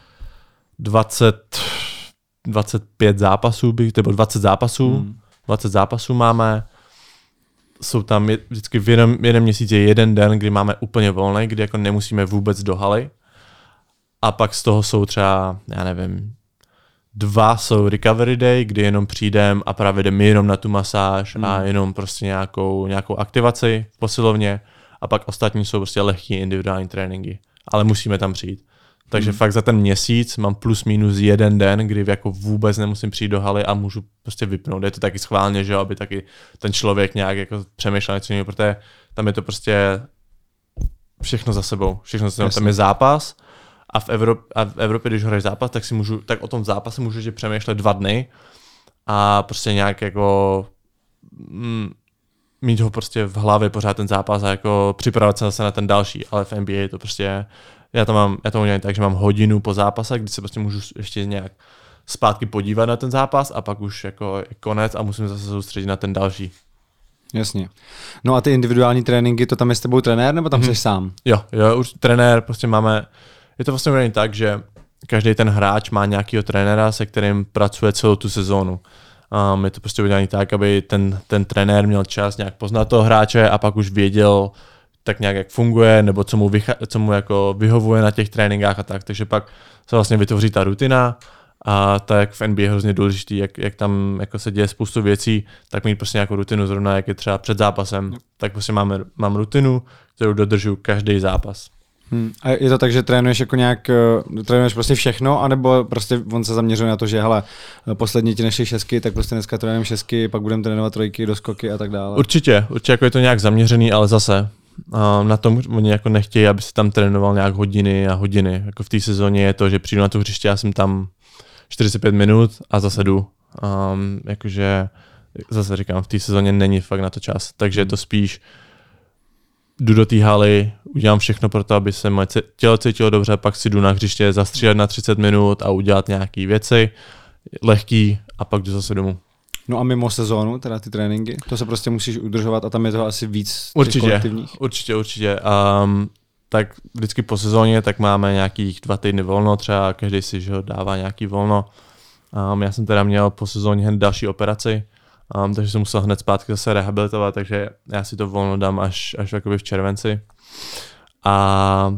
dvacet, dvacet pět zápasů, nebo dvacet zápasů, hmm. dvacet zápasů máme. Jsou tam je, vždycky v jeden, jeden měsíc je jeden den, kdy máme úplně volný, kdy jako nemusíme vůbec do haly. A pak z toho jsou třeba, já nevím, dva jsou recovery day, kdy jenom přijdem a právě jdeme jenom na tu masáž hmm. a jenom prostě nějakou, nějakou aktivaci v posilovně. A pak ostatní jsou prostě lehký individuální tréninky. Ale musíme tam přijít. Takže hmm. fakt za ten měsíc mám plus minus jeden den, kdy jako vůbec nemusím přijít do haly a můžu prostě vypnout. Je to taky schválně, že aby taky ten člověk nějak jako přemýšlel něco jiného, protože tam je to prostě všechno za sebou. Všechno za sebou. Tam je zápas a v, Evrop- a v Evropě, když hraješ zápas, tak si můžu, tak o tom zápase můžu že přemýšlet dva dny a prostě nějak jako mm, mít ho prostě v hlavě pořád ten zápas a jako připravovat se zase na ten další, ale v N B A je to prostě Já to mám, já to mám tak, že mám hodinu po zápase, kdy se prostě můžu ještě nějak zpátky podívat na ten zápas a pak už jako je konec a musím zase soustředit na ten další. Jasně. No a ty individuální tréninky, to tam je s tebou trenér, nebo tam mm-hmm. jsi sám? Jo, jo, už trenér, prostě máme, je to vlastně tak, že každý ten hráč má nějakýho trenéra, se kterým pracuje celou tu sezónu. Um, je to prostě udělané tak, aby ten, ten trenér měl čas nějak poznat toho hráče a pak už věděl tak nějak, jak funguje, nebo co mu, vycha- co mu jako vyhovuje na těch tréninkách a tak. Takže pak se vlastně vytvoří ta rutina a tak v N B A je hrozně důležitý, jak, jak tam jako se děje spoustu věcí, tak mít prostě nějakou rutinu zrovna, jak je třeba před zápasem. No. Tak prostě máme, mám rutinu, kterou dodržuji každý zápas. Hmm. A je to tak, že trénuješ jako nějak, uh, trénuješ prostě všechno, anebo prostě on se zaměřuje na to, že hele, poslední ti nešly šestky, tak prostě dneska trénujeme šestky, pak budeme trénovat trojky, doskoky a tak dále. Určitě, určitě jako je to nějak zaměřený, ale zase uh, na tom oni jako nechtějí, aby si tam trénoval nějak hodiny a hodiny. Jako v té sezóně je to, že přijdu na to hřiště, já jsem tam čtyřicet pět minut a zase jdu. Um, jakože zase říkám, v té sezóně není fakt na to čas, takže je to spíš jdu do té haly, udělám všechno pro to, aby se moje tělo cítilo dobře, pak si jdu na hřiště zastřílet na třicet minut a udělat nějaké věci lehký a pak jdu zase domů. No a mimo sezónu, teda ty tréninky, to se prostě musíš udržovat a tam je toho asi víc určitě, kolektivních. Určitě, určitě. Um, tak vždycky po sezóně tak máme nějakých dva týdny volno, třeba každý si že ho dává nějaký volno. Um, já jsem teda měl po sezóně hned další operaci, Um, takže jsem musel hned zpátky zase rehabilitovat, takže já si to volno dám až, až jakoby v červenci. A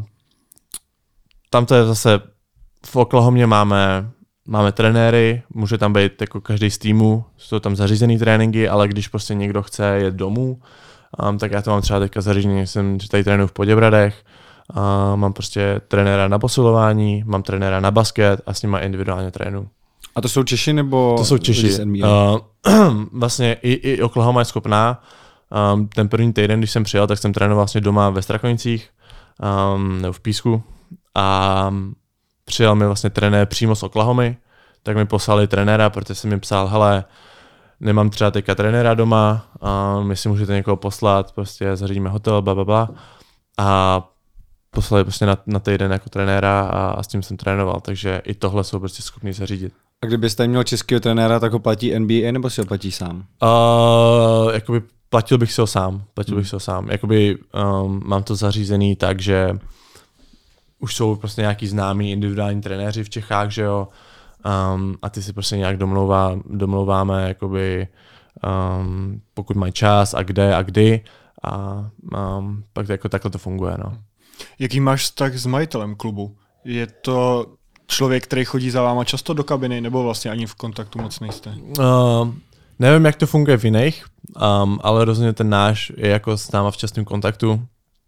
tam to je zase, v Oklahomě máme, máme trenéry, může tam být jako každý z týmu, jsou tam zařízený tréninky, ale když prostě někdo chce jet domů, um, tak já to mám třeba teďka zařízený, jsem tady trénuju v Poděbradech, uh, mám prostě trenéra na posilování, mám trenéra na basket a s nima individuálně trénuju. A to jsou Češi nebo? To jsou Češi. Uh, vlastně i, i Oklahoma je schopná. Um, ten první týden, když jsem přijel, tak jsem trénoval vlastně doma ve Strakonicích um, nebo v Písku a přijel mi vlastně trenér přímo z Oklahomy, tak mi poslali trenéra, protože jsem mi psal, hele, nemám třeba teďka trenéra doma, um, jestli můžete někoho poslat, prostě zařídíme hotel, bla, bla, bla. A poslali prostě na, na týden jako trenéra a, a s tím jsem trénoval, takže i tohle jsou prostě schopni zařídit. A kdybyste měl českého trenéra, tak ho platí N B A nebo si ho platí sám? Uh, jakoby platil bych si ho sám, platil hmm. bych si ho sám. Jakoby um, mám to zařízený tak, že už jsou prostě nějaký známí individuální trenéři v Čechách, že jo, um, a ty si prostě nějak domlouvá, domlouváme, jakoby um, pokud mají čas a kde a kdy a um, pak jako takhle to funguje, no. Jaký máš vztah s majitelem klubu? Je to člověk, který chodí za váma často do kabiny, nebo vlastně ani v kontaktu moc nejste? Uh, nevím, jak to funguje v jiných, um, ale rozhodně ten náš je jako s náma v častém kontaktu.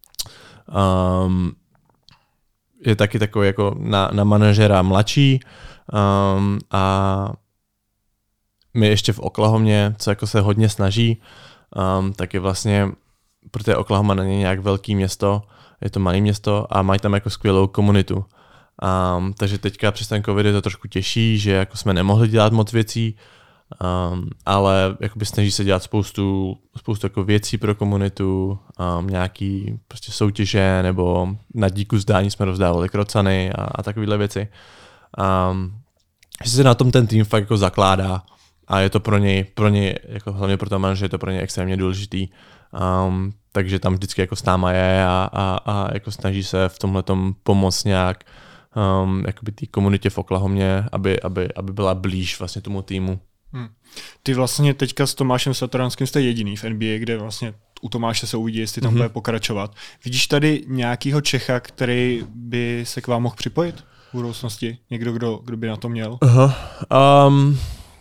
Um, je taky takový jako na, na manažera mladší um, a my ještě v Oklahomě, co jako se hodně snaží, um, tak je vlastně, protože Oklahoma není nějak velký město, je to malé město a mají tam jako skvělou komunitu. Um, takže teďka přes ten covid je to trošku těžší, že jako jsme nemohli dělat moc věcí, um, ale jakoby snaží se dělat spoustu, spoustu jako věcí pro komunitu, um, nějaký prostě soutěže nebo na díku zdání jsme rozdávali krocany a, a takovéhle věci. Um, že se na tom ten tým fakt jako zakládá a je to pro něj, pro něj jako hlavně pro toho manažera, je to pro něj extrémně důležitý. Um, takže tam vždycky jako s náma je a, a, a jako snaží se v tomhletom pomoct nějak um, jakoby té komunitě v Oklahomě, aby, aby, aby byla blíž vlastně tomu týmu. Hmm. Ty vlastně teďka s Tomášem Satoranským jste jediný v N B A, kde vlastně u Tomáše se uvidí, jestli tam mm-hmm. bude pokračovat. Vidíš tady nějakýho Čecha, který by se k vám mohl připojit v budoucnosti? Někdo, kdo, kdo by na to měl? Uh-huh. Um,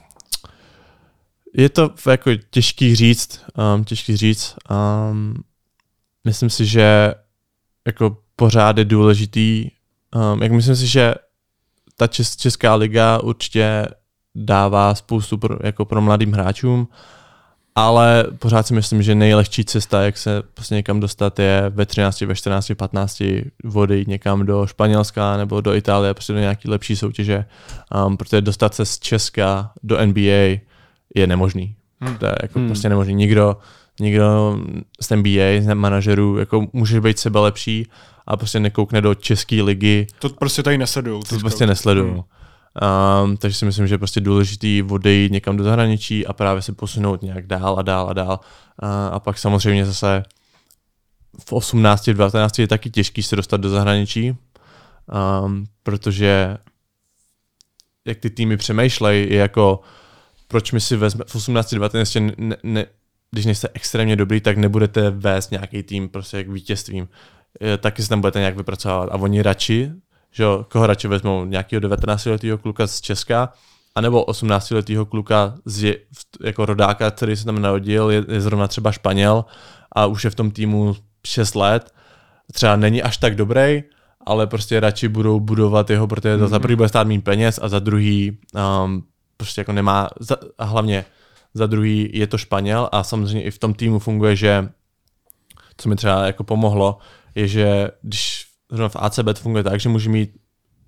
je to jako těžký říct, um, těžký říct. Um, myslím si, že jako pořád je důležitý, um, jak myslím si, že ta čes, česká liga určitě dává spoustu pro, jako pro mladým hráčům, ale pořád si myslím, že nejlehčí cesta, jak se prostě někam dostat, je ve třinácti, ve čtrnácti, patnácti odejít někam do Španělska nebo do Itálie, prostě do nějaký lepší soutěže, um, protože dostat se z Česka do N B A je nemožný. Hmm. To je jako hmm. prostě nemožný. Nikdo, nikdo z N B A, z manažerů, jako může být sebe lepší a prostě nekoukne do české ligy. To prostě tady nesledujou. To prostě nesledují. Hmm. Um, takže si myslím, že je prostě důležitý odejít někam do zahraničí a právě se posunout nějak dál a dál a dál. Uh, a pak samozřejmě zase v osmnácti, devatenácti je taky těžký se dostat do zahraničí, um, protože jak ty týmy přemýšlejí, je jako proč my si vezme v osmnácti devatenácti ne, ne, když nejste extrémně dobrý, tak nebudete vést nějaký tým prostě jak vítězstvím. Taky se tam budete nějak vypracovávat. A oni radši, že jo, koho radši vezmou? Nějakého devatenáctiletého kluka z Česka, anebo osmnáctiletého kluka z, jako rodáka, který se tam narodil, je, je zrovna třeba Španěl a už je v tom týmu šest let. Třeba není až tak dobrý, ale prostě radši budou budovat jeho, protože to mm-hmm. za prvý bude stát méně peněz a za druhý um, prostě jako nemá, za, a hlavně za druhý je to Španěl a samozřejmě i v tom týmu funguje, že co mi třeba jako pomohlo, je, že když zrovna v A C B funguje tak, že, může mít,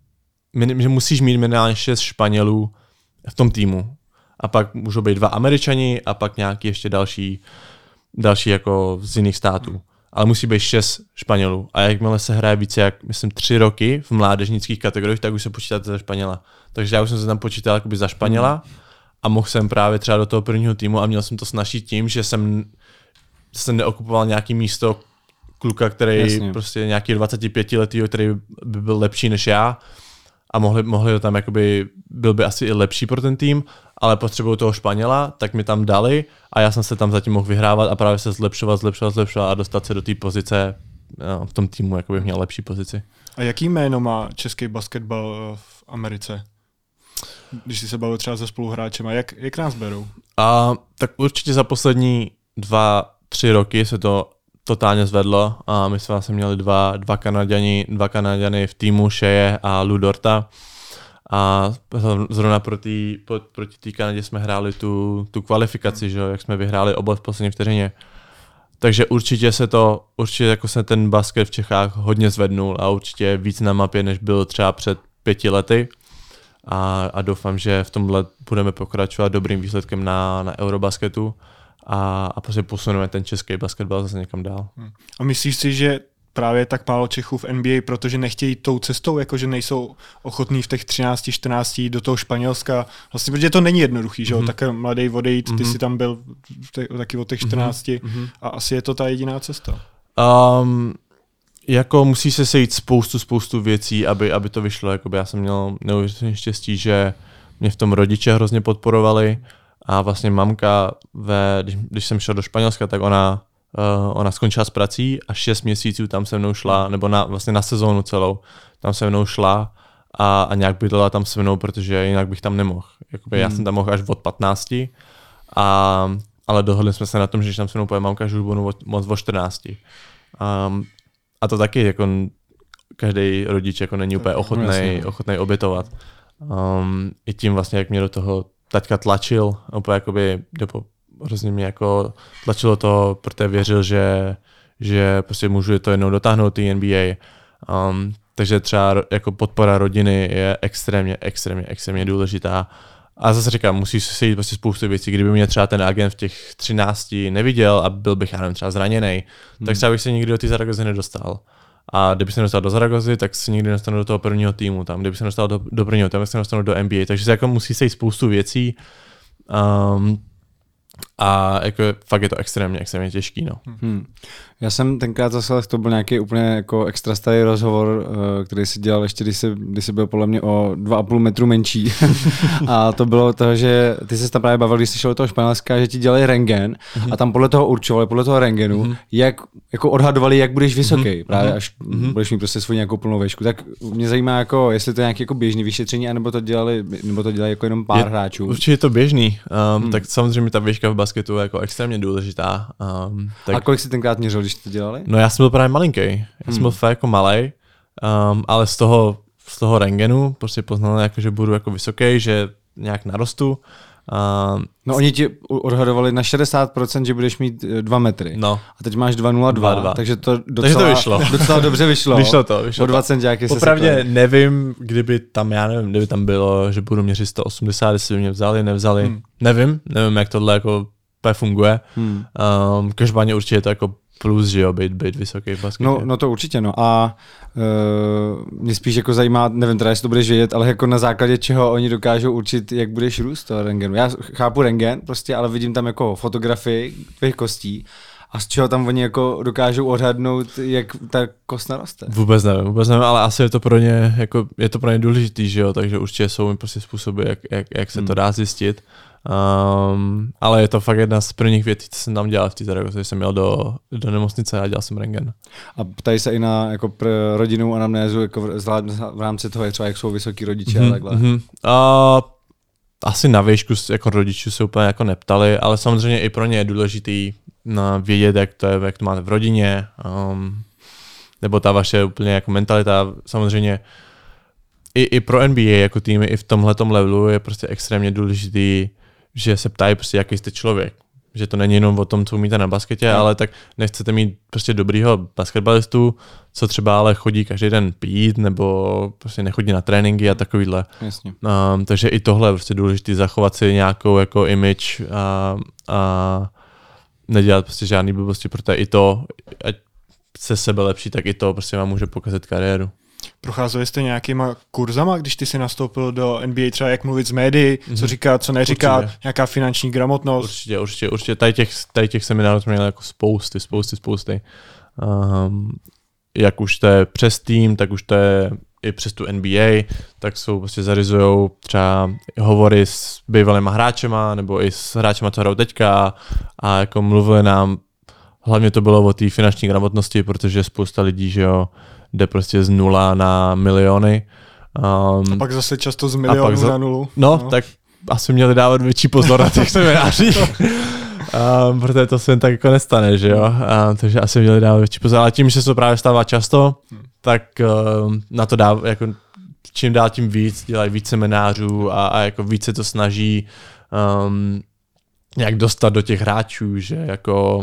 že musíš mít minimálně šest Španělů v tom týmu. A pak můžou být dva Američani a pak nějaký ještě další, další jako z jiných států. Ale musí být šest Španělů. A jakmile se hraje více jak, myslím, tři roky v mládežnických kategoriích, tak už se počítáte za Španěla. Takže já už jsem se tam počítal jakoby za Španěla a mohl jsem právě třeba do toho prvního týmu a měl jsem to snažit tím, že jsem, jsem neokupoval nějaký místo kluka, který Jasně. prostě nějaký dvacetipětiletý, který by byl lepší než já a mohli, mohli to tam jakoby, byl by asi i lepší pro ten tým, ale potřebují toho Španěla, tak mi tam dali a já jsem se tam zatím mohl vyhrávat a právě se zlepšovat, zlepšovat, zlepšovat a dostat se do té pozice, no, v tom týmu jakoby měl lepší pozici. A jaký jméno má český basketbal v Americe? Když jsi se bavil třeba se spoluhráčem, a jak, jak nás berou? A, tak určitě za poslední dva, tři roky se to totálně zvedlo a my jsme vlastně měli dva, dva Kanaďani, dva Kanaďany v týmu, Šeje a Lou Dorta. A zrovna proti, proti té Kanadě jsme hráli tu, tu kvalifikaci, že? Jak jsme vyhráli oba v poslední vteřině. Takže určitě se to, určitě jako se ten basket v Čechách hodně zvednul a určitě víc na mapě, než byl třeba před pěti lety. A, a doufám, že v tomhle budeme pokračovat dobrým výsledkem na, na Eurobasketu a, a prostě posuneme ten český basketbal zase někam dál. A myslíš si, že právě tak málo Čechů v N B A, protože nechtějí tou cestou, jakože nejsou ochotní v těch třinácti čtrnácti do toho Španělska, vlastně, protože to není jednoduchý, že jo, mm-hmm. tak mladý odejít, ty mm-hmm. si tam byl te, taky od těch čtrnácti mm-hmm. a asi je to ta jediná cesta. Um, jako musí se sejít spoustu, spoustu věcí, aby, aby to vyšlo, jakoby já jsem měl neuvěřitelně štěstí, že mě v tom rodiče hrozně podporovali a vlastně mamka, ve, když, když jsem šel do Španělska, tak ona Uh, ona skončila s prací a šest měsíců tam se mnou šla, nebo na, vlastně na sezónu celou, tam se mnou šla a, a nějak bydlela tam se mnou, protože jinak bych tam nemohl. Jakoby hmm. Já jsem tam mohl až od patnácti, a, ale dohodli jsme se na tom, že když tam se mnou poje mamka, že už budu moc od čtrnácti. Um, a to taky jako každý rodič jako není úplně ochotnej, ochotnej obětovat. Um, I tím vlastně, jak mě do toho taťka tlačil, úplně jakoby, nebo hrozně mě jako tlačilo to, protože věřil, že, že prostě můžu to jednou dotáhnout ty N B A. Um, takže třeba jako podpora rodiny je extrémně, extrémně, extrémně důležitá. A zase říkám, musí se sejít prostě spoustu věcí. Kdyby mě třeba ten agent v těch třinácti neviděl a byl bych, já nevím, třeba zraněnej, hmm. tak třeba bych se nikdy do té Zaragozy nedostal. A kdyby se nedostal do Zaragozy, tak se nikdy nedostanu do toho prvního týmu tam. Kdyby se nedostal do, do prvního, tak se nedostanu do N B A. Takže se jako musí sejít spoustu věcí. Um, A jako fakt je to extrémně, extrémně těžký, no. Hmm. Já jsem tenkrát zase, to byl nějaký úplně jako extra starý rozhovor, který si dělal ještě, když jsi, když jsi byl podle mě o dva a půl metru menší. A to bylo to, že ty jsi tam právě bavil, když jsi šel do toho Španělska, že ti dělali rentgen mm-hmm. a tam podle toho určovali, podle toho rentgenu, mm-hmm. jak jako odhadovali, jak budeš vysoký, mm-hmm. právě až mm-hmm. budeš mít prostě svou nějakou plnou výšku. Tak mě zajímá, jako, jestli to je nějaký jako běžný vyšetření, anebo to dělali, nebo to dělají jako jenom pár je, hráčů. Určitě je to běžný, um, hmm. tak samozřejmě ta výška v basketu je jako extrémně důležitá. Um, tak... A kolik jsi tenkrát měřil, když to dělali? No já jsem byl právě malinký, já hmm. jsem byl fakt jako malej, um, ale z toho, z toho rentgenu prostě poznal, jako, že budu jako vysoký, že nějak narostu. Um, no oni ti odhadovali na šedesát procent, že budeš mít dva metry. No. A teď máš dva nula dva, takže to docela, takže to vyšlo. docela dobře vyšlo. Vyšlo to, vyšlo o dva centiáky se Popravdě sekli. Nevím, kdyby tam, já nevím, kdyby tam bylo, že budu měřit sto osmdesát, jestli by mě vzali, nevzali. Hmm. Nevím, nevím, jak tohle jako funguje. Hmm. Um, každopádně určitě je to jako plus, že jo, být, být vysoký v basketě. No, no to určitě, no. A uh, mě spíš jako zajímá, nevím teda, jestli to budeš vědět, ale jako na základě čeho oni dokážou určit, jak budeš růst toho rentgenu. Já chápu rentgen prostě, ale vidím tam jako fotografii tvých kostí A z čeho tam oni jako dokážou odhadnout, jak ta kost naroste? Vůbec nevím, vůbec nevím, ale asi je to pro ně, jako, je to pro ně důležitý, že jo, takže určitě jsou prostě způsoby, jak, jak, jak se hmm. to dá zjistit. Um, ale je to fakt jedna z prvních věcí, co jsem tam dělal v té Zaragoze, jsem jel do, do nemocnice a dělal jsem rentgen. A ptají se i na jako pr- rodinnou anamnézu, jako v, v rámci toho, jak třeba jak jsou vysoký rodiče mm-hmm, a takhle? Mm-hmm. Uh, asi na výšku jako rodičů se úplně jako neptali, ale samozřejmě i pro ně je důležitý no, vědět, jak to, je, jak to máte v rodině, um, nebo ta vaše úplně jako mentalita, samozřejmě i, i pro N B A jako týmy i v tomhletom levelu je prostě extrémně důležitý, že se ptají prostě, jaký jste člověk. Že to není jenom o tom, co umíte na basketě, no. ale tak nechcete mít prostě dobrýho basketbalistu, co třeba ale chodí každý den pít, nebo prostě nechodí na tréninky a takovýhle. Jasně. Um, takže i tohle je prostě důležité, zachovat si nějakou jako image a, a nedělat prostě žádný blbosti, protože i to, ať se sebe lepší, tak i to prostě vám může pokazit kariéru. Procházeli jste nějakýma kurzama, když ty jsi nastoupil do N B A, třeba jak mluvit s médií, mm-hmm. co říká, co neříká, určitě. Nějaká finanční gramotnost? Určitě, určitě, určitě. Tady těch, tady těch seminárů jsme měli jako spousty, spousty, spousty. Um, jak už to je přes tým, tak už to je i přes tu N B A, tak jsou prostě zařizujou třeba hovory s bývalýma hráčema, nebo i s hráčema, co hrajou teďka a jako mluvili nám, hlavně to bylo o té finanční gramotnosti, protože spousta lidí, že jo, jde prostě z nula na miliony. Um, a pak zase často z milionu za, na nulu. No, no, tak asi měli dávat větší pozor na těch seminářích. um, protože to se jen tak jako nestane, že jo. Um, takže asi měli dávat větší pozor. Ale tím, že se to právě stává často, hmm. tak um, na to dá, jako čím dál tím víc, dělají víc seminářů a, a jako víc se to snaží um, nějak dostat do těch hráčů, že jako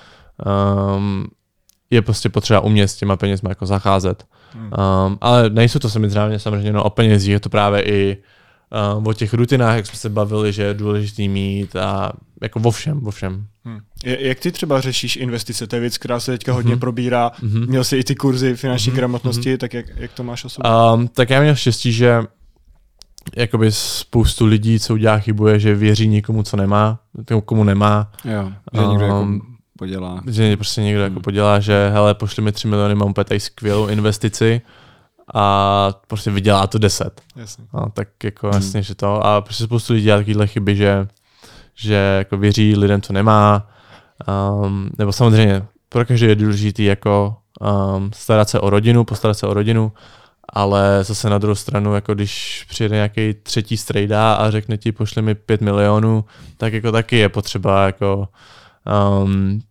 um, je prostě potřeba umět s těma penězma jako zacházet. Hmm. Um, ale nejsou to samozřejmě samozřejmě no, o penězích, je to právě i um, o těch rutinách, jak jsme se bavili, že je důležitý mít a jako vo všem, vo všem. Hmm. Jak ty třeba řešíš investice? To je věc, která se teďka hodně mm-hmm. probírá. Mm-hmm. Měl jsi i ty kurzy finanční mm-hmm. gramotnosti, tak jak, jak to máš osobně? Um, tak já měl štěstí, že jakoby spoustu lidí, co udělá chybu, je, že věří někomu, co nemá, komu nemá. Jo, že někdo um, jako podělá. Že prostě někdo hmm. jako podělá, že hele, pošli mi tři miliony, mám úplně tady skvělou investici a prostě vydělá to deset. Jasně. No, tak jako hmm. jasně, že to. A prostě spoustu lidí dělá takovýhle chyby, že, že jako věří lidem, co nemá. Um, nebo samozřejmě pro každý je důležitý jako um, starat se o rodinu, postarat se o rodinu, ale zase na druhou stranu, jako když přijede nějaký třetí strejda a řekne ti, pošli mi pět milionů, tak jako taky je potřeba jako um,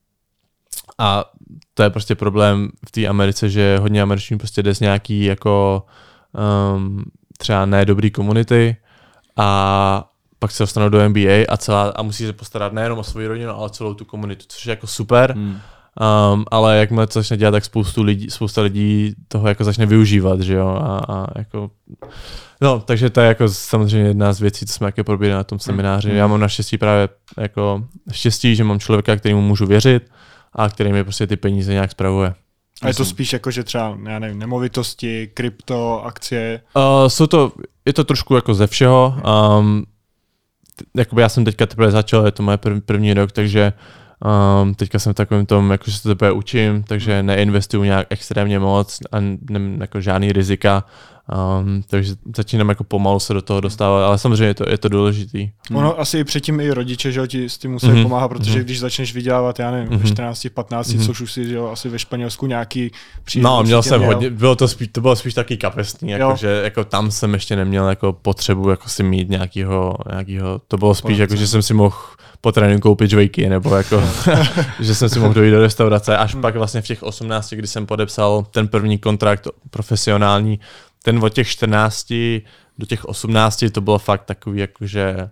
a to je prostě problém v té Americe, že hodně Američanů prostě jde z nějaký jako um, třeba ne dobrý komunity a pak se dostanou do N B A a, celá, a musí se postarat nejenom o svou rodinu, ale celou tu komunitu, což je jako super, hmm. um, ale jakmile to začne dělat, tak spoustu lidí, spousta lidí toho jako začne využívat, že jo, a, a jako no, takže to je jako samozřejmě jedna z věcí, co jsme také probírali na tom semináři. Hmm. Já mám naštěstí právě jako štěstí, že mám člověka, kterému můžu věřit a který mi prostě ty peníze nějak spravuje. A je to spíš jako, že třeba, já nevím, nemovitosti, krypto, akcie? Uh, jsou to, je to trošku jako ze všeho. Um, jakoby já jsem teďka teprve začal, je to moje prv, první rok, takže um, teďka jsem v takovém tom, jako, že se to teprve učím, takže neinvestuju nějak extrémně moc a ne, jako žádný rizika. Um, takže začínám jako pomalu se do toho dostávat, ale samozřejmě je to, je to důležitý. Ono hmm. asi i předtím i rodiče, že ti s tím musí mm-hmm. pomáhat, protože mm-hmm. když začneš vydělávat, já nevím, mm-hmm. ve čtrnácti, patnácti, mm-hmm. což už si, že jo, asi ve Španělsku nějaký příjem. No, měl jsem měl. hodně, bylo to spíš, to bylo spíš taky kapesný, jako, že jako tam jsem ještě neměl jako potřebu jako si mít nějakýho, nějakýho to bylo spíš jako, že jsem si mohl po tréninku koupit žvejky, nebo jako, že jsem si mohl dojít do restaurace, až hmm. pak vlastně v těch osmnácti, kdy jsem podepsal ten první kontrakt profesionální, ten od těch čtrnácti do těch osmnácti to bylo fakt takový jakože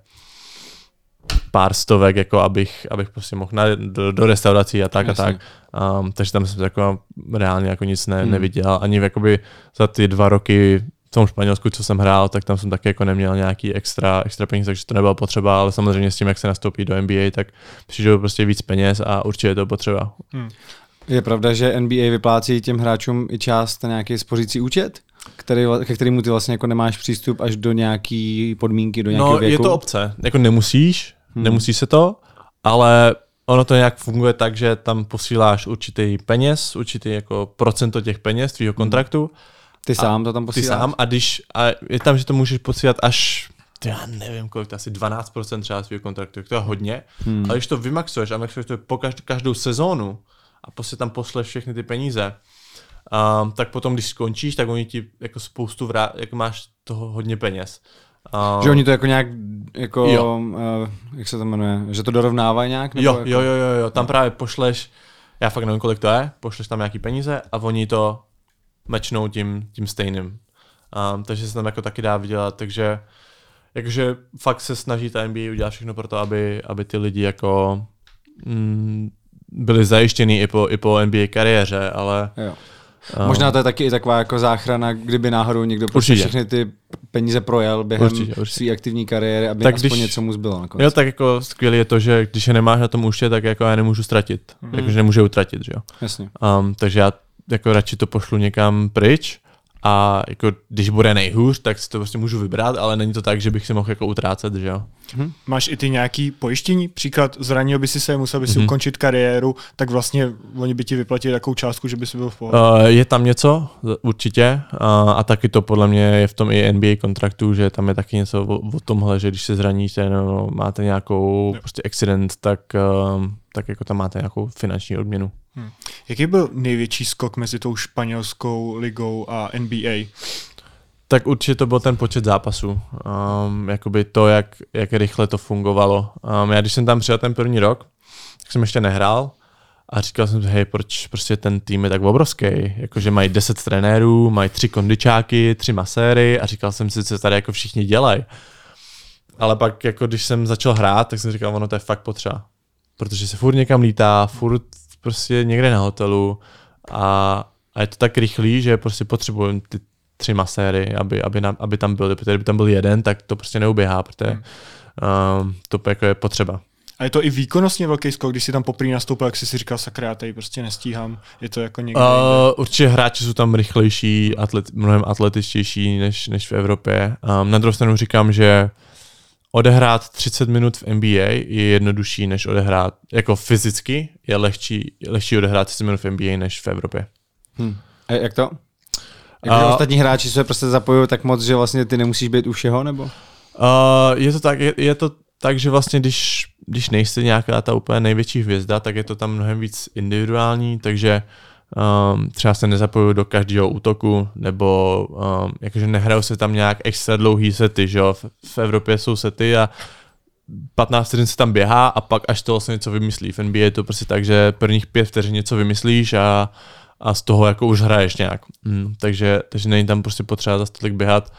pár stovek, jako abych, abych prostě mohl na, do, do restaurací a tak Jasně. a tak. Um, takže tam jsem jako reálně jako nic ne, hmm. neviděl. Ani jakoby za ty dva roky v tom Španělsku, co jsem hrál, tak tam jsem taky jako neměl nějaký extra, extra peníze, takže to nebylo potřeba, ale samozřejmě s tím, jak se nastoupí do N B A, tak přijdou prostě víc peněz a určitě je to potřeba. Hmm. Je pravda, že N B A vyplácí těm hráčům i část na nějaký spořící účet? Který, ke kterému ty vlastně jako nemáš přístup až do nějaký podmínky, do nějakého no, věku? No, je to opce. Jako nemusíš, hmm. nemusí se to, ale ono to nějak funguje tak, že tam posíláš určitý peněz, určitý jako procento těch peněz tvýho kontraktu. Ty sám to tam posíláš? Ty sám a když, a je tam, že to můžeš posílat až, já nevím kolik, to asi dvanáct procent třeba svého kontraktu, to je hodně, hmm. ale když to vymaxuješ a maxuješ to po každou, každou sezónu a prostě tam pošleš všechny ty peníze, um, tak potom, když skončíš, tak oni ti jako spoustu vrát, jako máš toho hodně peněz. Um, že oni to jako nějak, jako, uh, jak se to jmenuje, že to dorovnávají nějak? Nebo jo, jako... jo, jo, jo, jo, tam právě pošleš, já fakt nevím, kolik to je, pošleš tam nějaký peníze a oni to mečnou tím, tím stejným. Um, takže se tam jako taky dá vydělat, takže jakože fakt se snaží ta N B A udělat všechno pro to, aby, aby ty lidi jako mm, byli zajištění i po, i po N B A kariéře, ale... Jo. Um, Možná to je taky i taková jako záchrana, kdyby náhodou někdo prostě všechny ty peníze projel během své aktivní kariéry, aby tak aspoň když, něco mu zbylo nakonec. Jo, tak jako skvělé je to, že když je nemáš na tom účtě, tak jako já nemůžu ztratit. Mm. Jakože nemůžu utratit, že jo. Jasně. Um, takže já jako radši to pošlu někam pryč a jako když bude nejhůř, tak si to prostě můžu vybrat, ale není to tak, že bych si mohl jako utrácet, že jo. Hmm. Máš i ty nějaký pojištění? Příklad, zranil by si se, musel by si hmm. ukončit kariéru, tak vlastně oni by ti vyplatili takovou částku, že by si byl v pohodě. Uh, je tam něco, určitě, uh, a taky to podle mě je v tom i N B A kontraktu, že tam je taky něco o, o tomhle, že když se zraníte, no, máte nějakou jo. prostě accident, tak, uh, tak jako tam máte nějakou finanční odměnu. Hmm. Jaký byl největší skok mezi tou španělskou ligou a N B A? Tak určitě to byl ten počet zápasů. Um, jakoby to, jak, jak rychle to fungovalo. Um, já když jsem tam přijel ten první rok, tak jsem ještě nehrál a říkal jsem si, hej, proč prostě ten tým je tak obrovský? Jakože mají deset trenérů, mají tři kondičáky, tři maséry a říkal jsem si, co tady jako všichni dělají. Ale pak, jako když jsem začal hrát, tak jsem říkal, ono to je fakt potřeba. Protože se furt někam lítá, furt prostě někde na hotelu a, a je to tak rychlý, že prostě potřebujeme ty tři maséry, aby, aby, na, aby tam byl, protože kdyby tam byl jeden, tak to prostě neuběhá, protože hmm. um, to jako je potřeba. A je to i výkonnostně velký skok, když si tam poprvé nastoupil, jak jsi si říkal, sakra, já tady prostě nestíhám, je to jako někde? Uh, určitě hráči jsou tam rychlejší, atlet, mnohem atletičtější než, než v Evropě. Um, na druhou stranu říkám, že odehrát třicet minut v N B A je jednodušší, než odehrát, jako fyzicky je lehčí, lehčí odehrát třicet minut v N B A než v Evropě. Hmm. A jak to? Jakože uh, ostatní hráči se prostě zapojují tak moc, že vlastně ty nemusíš být u všeho, nebo? Uh, je to tak, je, je to tak, že vlastně když, když nejste nějaká ta úplně největší hvězda, tak je to tam mnohem víc individuální, takže um, třeba se nezapojují do každého útoku, nebo um, jakože nehrajou se tam nějak extra dlouhý sety, že jo? V, v Evropě jsou sety a patnáct vteřin se tam běhá a pak až to vlastně něco vymyslí. V N B A je to prostě tak, že prvních pět vteřin něco vymyslíš a a z toho jako už hraješ nějak. Mm, takže, takže není tam prostě potřeba zase tolik běhat.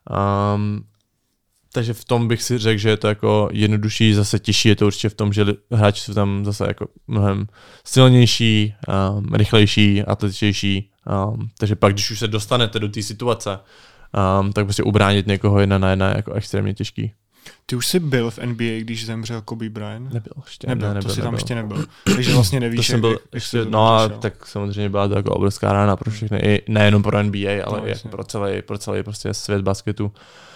Um, takže v tom bych si řekl, že je to jako jednodušší, zase těžší je to určitě v tom, že hráči jsou tam zase jako mnohem silnější, um, rychlejší, atletičtější. Um, takže pak, když už se dostanete do té situace, um, tak prostě ubránit někoho jedna na jedna je jako extrémně těžký. Ty už jsi byl v N B A, když zemřel Kobe Bryant? Nebyl ještě. Nebyl, ne, nebyl, to jsi nebyl. tam ještě nebyl. Takže vlastně nevíš, to jsem byl, jak, ještě, jak no a tak samozřejmě byla to jako obrovská rána pro všechny, i nejenom pro N B A, ale no, i jako pro celý, pro celý prostě svět basketu.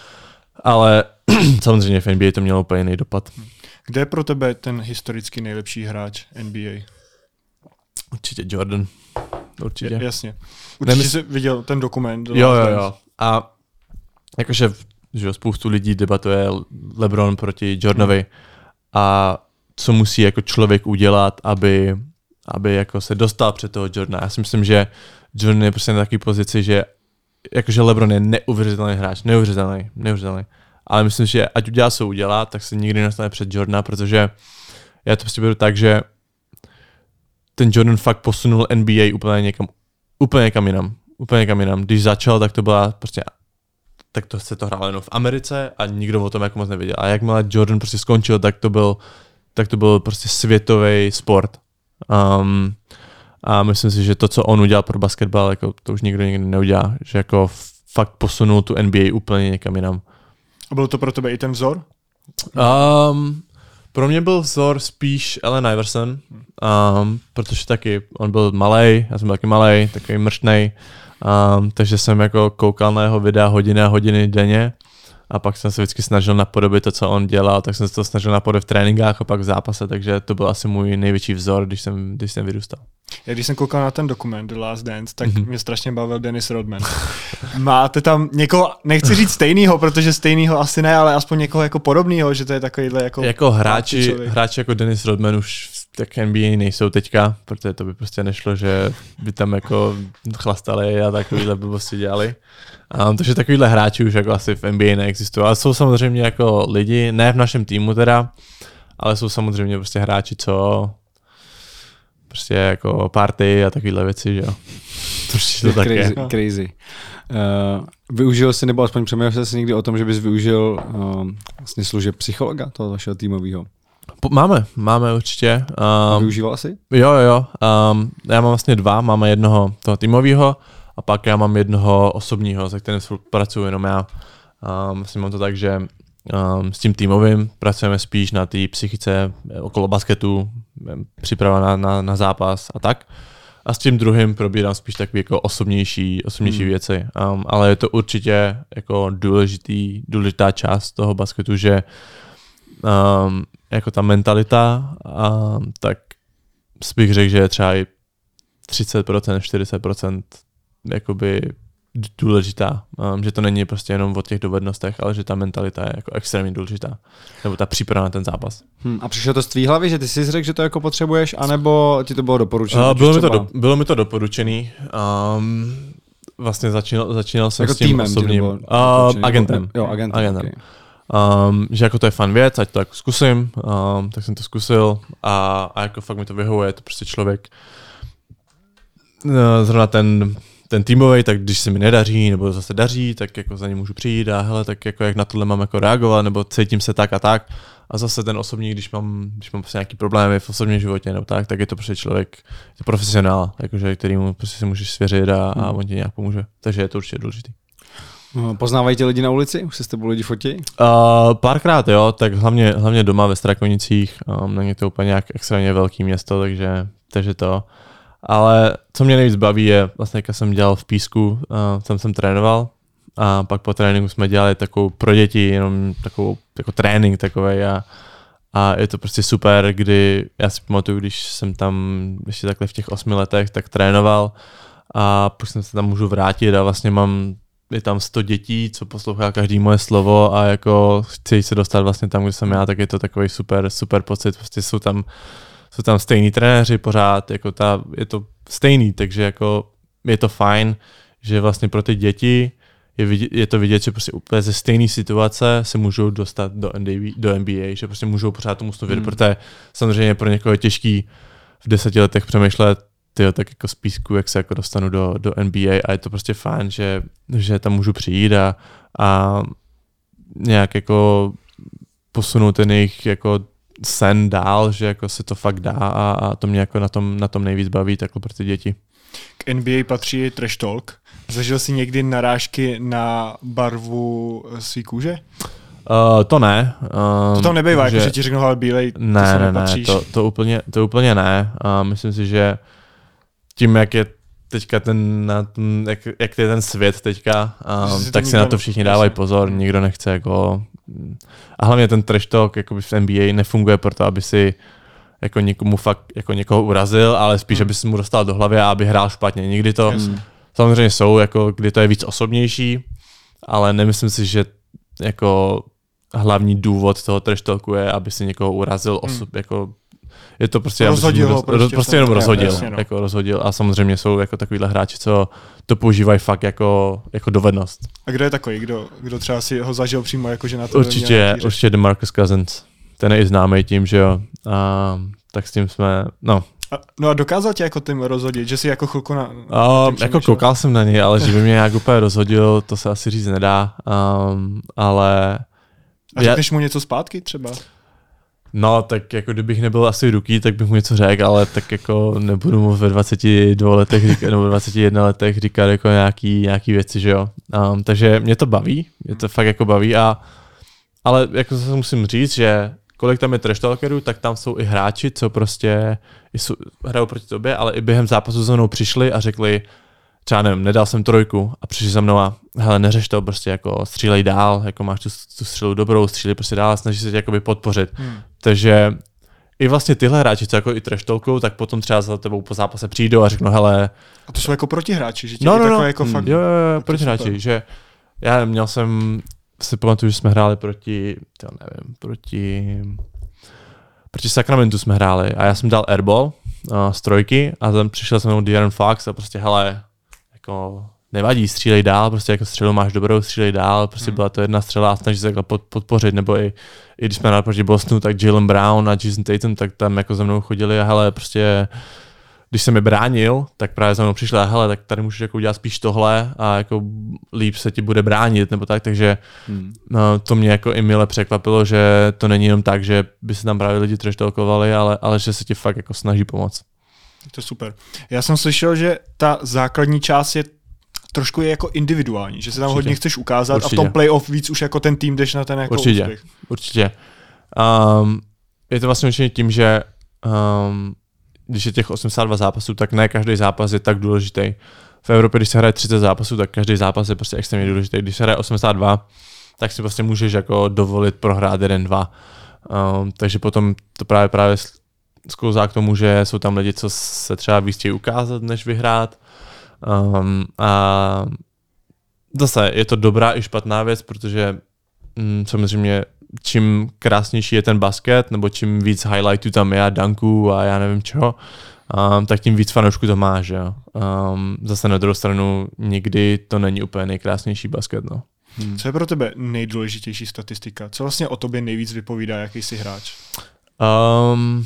Ale samozřejmě v N B A to mělo úplně jiný dopad. Kde je pro tebe ten historicky nejlepší hráč N B A? Určitě Jordan. Určitě. Je, jasně. Určitě Nemysl... jsi viděl ten dokument. Jo, jo, jo. A jakože že spoustu lidí debatuje LeBron proti Jordanovi hmm. a co musí jako člověk udělat, aby, aby jako se dostal před toho Jordana. Já si myslím, že Jordan je prostě na takové pozici, že jakože LeBron je neuvěřitelný hráč, neuvěřitelný, neuvěřitelný. Ale myslím, že ať udělá, co udělá, tak se nikdy nedostane před Jordana, protože já to prostě beru tak, že ten Jordan fakt posunul N B A úplně někam, úplně někam jinam. Úplně někam jinam. Když začal, tak to byla prostě tak to se to hrálo jenom v Americe a nikdo o tom jako moc nevěděl. A jakmile Jordan prostě skončil, tak to byl, tak to byl prostě světový sport. Um, a myslím si, že to, co on udělal pro basketbal, jako to už nikdo nikdy neudělá. Že jako fakt posunul tu N B A úplně někam jinam. A byl to pro tebe i ten vzor? Um, pro mě byl vzor spíš Allen Iverson, um, protože taky on byl malej, já jsem byl taky malej, takový mrštnej. Um, takže jsem jako koukal na jeho videa hodiny a hodiny denně a pak jsem se vždycky snažil napodobit to, co on dělal, tak jsem se to snažil napodobit v tréninkách a pak v zápase, takže to byl asi můj největší vzor, když jsem, když jsem vyrůstal. Já když jsem koukal na ten dokument The Last Dance, tak mm-hmm. mě strašně bavil Dennis Rodman. Máte tam někoho, nechci říct stejnýho, protože stejnýho asi ne, ale aspoň někoho jako podobného, že to je takovýhle jako... Jako hráči, hráči jako Dennis Rodman už tak N B A nejsou teďka, protože to by prostě nešlo, že by tam jako chlastali a takovýhle blbosti dělali. Um, takže takovýhle hráči už jako asi v N B A neexistují, ale jsou samozřejmě jako lidi, ne v našem týmu teda, ale jsou samozřejmě prostě hráči, co prostě jako party a takovýhle věci, že jo. To, to tak crazy, je. Crazy. Uh, využil jsi, nebo aspoň přemýšlel jsi někdy o tom, že bys využil uh, vlastně služeb psychologa toho vašeho týmového? Máme, máme určitě. Um, Využíval asi? Jo, jo, jo. Um, já mám vlastně dva, máme jednoho toho týmového a pak já mám jednoho osobního, se kterým pracuji jenom já. Um, vlastně mám to tak, že um, s tím týmovým pracujeme spíš na té psychice okolo basketu, příprava na, na, na zápas a tak. A s tím druhým probírám spíš takové jako osobnější, osobnější hmm. věci. Um, ale je to určitě jako důležitý, důležitá část toho basketu, že um, jako ta mentalita, um, tak bych řekl, že je třeba i třicet procent, čtyřicet procent jakoby důležitá. Um, že to není prostě jenom o těch dovednostech, ale že ta mentalita je jako extrémně důležitá. Nebo ta příprava na ten zápas. Hmm, a přišlo to z tvý hlavy, že ty jsi řekl, že to jako potřebuješ, anebo ti to bylo doporučené? Uh, bylo, mi to do, bylo mi to doporučený. Um, vlastně začínal, začínal jsem jako s tím týmem, osobním uh, agentem. Jo, agentem. agentem. Okay. Um, že jako to je fun věc, ať to jako zkusím, um, tak jsem to zkusil a, a jako fakt mi to vyhovuje, je to prostě člověk uh, zrovna ten ten týmový, tak když se mi nedaří, nebo zase daří, tak jako za ně můžu přijít a hele, tak jako jak na tohle mám jako reagovat, nebo cítím se tak a tak. A zase ten osobní, když mám, když mám prostě nějaký problémy v osobním životě nebo tak, tak je to prostě člověk, je to profesionál, jakože, kterýmu prostě si můžeš svěřit a, a on ti nějak pomůže. Takže je to určitě důležitý. Poznávají tě lidi na ulici? Už se s tebou lidi fotí? Uh, párkrát jo, tak hlavně, hlavně doma ve Strakonicích, um, není to úplně nějak extrémně velký město, takže, takže to. Ale co mě nejvíc baví je, vlastně jak jsem dělal v Písku, uh, tam jsem trénoval a pak po tréninku jsme dělali takovou pro děti, jenom takovou jako trénink takovej a, a je to prostě super, kdy já si pamatuju, když jsem tam ještě takhle v těch osmi letech tak trénoval a pak jsem se tam můžu vrátit a vlastně mám, je tam sto dětí, co poslouchá každý moje slovo a jako chci se dostat vlastně tam, kde jsem já, tak je to takový super, super pocit, prostě jsou tam jsou tam stejní trenéři pořád, jako ta, je to stejný, takže jako je to fajn, že vlastně pro ty děti je, vidět, je to vidět, že prostě úplně ze stejné situace se můžou dostat do, do N B A, že prostě můžou pořád tomu vědět, mm. protože samozřejmě pro někoho je těžký v deseti letech přemýšlet, tyjo, tak jako z Písku, jak se jako dostanu do, do N B A a je to prostě fajn, že, že tam můžu přijít a, a nějak jako posunout ten jejich jako sen dál, že jako se to fakt dá a, a to mě jako na tom, na tom nejvíc baví takhle pro ty děti. K N B A patří trash talk. Zažil jsi někdy narážky na barvu svý kůže? Uh, to ne. Um, to tam nebejvá, že... jako že ti řeknu, ale bílej, ne, to se ne, ne, to, to, úplně, to úplně ne. Uh, myslím si, že tím, jak je teďka ten, na ten jak, jak je ten svět teďka, um, si tak si na to všichni dávají pozor, nikdo nechce jako... A hlavně ten trash talk jakoby v N B A nefunguje proto, aby si jako někomu fakt jako někoho urazil, ale spíš, hmm. aby si mu dostal do hlavy a aby hrál špatně. Nikdy to hmm. samozřejmě jsou, jako, kdy to je víc osobnější, ale nemyslím si, že jako hlavní důvod toho trash talku je, aby si někoho urazil osob, hmm. jako je to prostě, rozhodil roz, prostě, prostě jenom rozhodil, jasně, no. jako rozhodil a samozřejmě jsou jako takovýhle hráči, co to používají fakt jako, jako dovednost. A kdo je takový, kdo, kdo třeba si ho zažil přímo, jako že na to určitě, určitě DeMarcus Cousins, ten je i známý tím, že jo, a tak s tím jsme, no. A, no a dokázal tě jako tím rozhodit, že jsi jako chvilku na... A, jako koukal jsem na něj, ale že by mě nějak úplně rozhodil, to se asi říct nedá, um, ale... A řekneš já... mu něco zpátky třeba? No, tak jako kdybych nebyl asi rookie, tak bych mu něco řekl, ale tak jako nebudu mu ve dvaceti dvou letech říkat, nebo dvaceti jedné letech říkat jako nějaký, nějaký věci, že jo. Um, takže mě to baví, mě to fakt jako baví, a, ale jako se musím říct, že kolik tam je trash talkerů, tak tam jsou i hráči, co prostě jsou, hrajou proti tobě, ale i během zápasu se mnou přišli a řekli, třeba nevím, nedal jsem trojku a přišli za mnou a hele, neřeš to, prostě jako střílej dál, jako máš tu, tu střelu dobrou, střílej prostě dál a snaží se tě jakoby podpořit. Hmm. Takže i vlastně tyhle hráči, co jako i trash talkou, tak potom třeba za tebou po zápase přijdou a řeknou, hele... A to jsou jako protihráči, že ti no, no, no. jako hmm. fakt... Jo, jo, jo protihráči, že já měl jsem, si pamatuju, že jsme hráli proti, to nevím, proti... Proti Sacramentu jsme hráli a já jsem dal airball uh, z trojky a tam přišel se mnou De'Aaron Fox a prostě hele, jako nevadí, střílej dál, prostě jako střelu máš dobrou, střílej dál, prostě hmm. byla to jedna střela a snaží se takhle pod, podpořit, nebo i, i když jsme hráli proti Bostonu, tak Jaylen Brown a Jason Tatum, tak tam jako za mnou chodili a hele, prostě když jsem je bránil, tak právě za mnou přišla a hele, tak tady můžeš jako udělat spíš tohle a jako líp se ti bude bránit, nebo tak, takže hmm. no, to mě jako i mile překvapilo, že to není jenom tak, že by se tam právě lidi trashtalkovali, ale, ale že se ti fakt jako snaží pomoct. To je super. Já jsem slyšel, že ta základní část je trošku je jako individuální, že se tam Určitě. hodně chceš ukázat Určitě. a v tom playoff víc už jako ten tým jdeš na ten jako Určitě. úspěch. Určitě. Um, je to vlastně určitě tím, že um, když je těch osmdesát dva zápasů, tak ne každý zápas je tak důležitý. V Evropě, když se hraje třicet zápasů, tak každý zápas je prostě extrémně důležitý. Když se hraje osmdesát dva, tak si prostě můžeš jako dovolit prohrát jeden, dva. Um, takže potom to právě právě sklouzá k tomu, že jsou tam lidi, co se třeba víc chtějí ukázat, než vyhrát. Um, a zase je to dobrá i špatná věc, protože mm, samozřejmě čím krásnější je ten basket, nebo čím víc highlightů tam je a dunků a já nevím čeho, um, tak tím víc fanoušků to má, že jo. Um, zase na druhou stranu nikdy to není úplně nejkrásnější basket, no. Hmm. Co je pro tebe nejdůležitější statistika? Co vlastně o tobě nejvíc vypovídá, jaký jsi hráč? Um,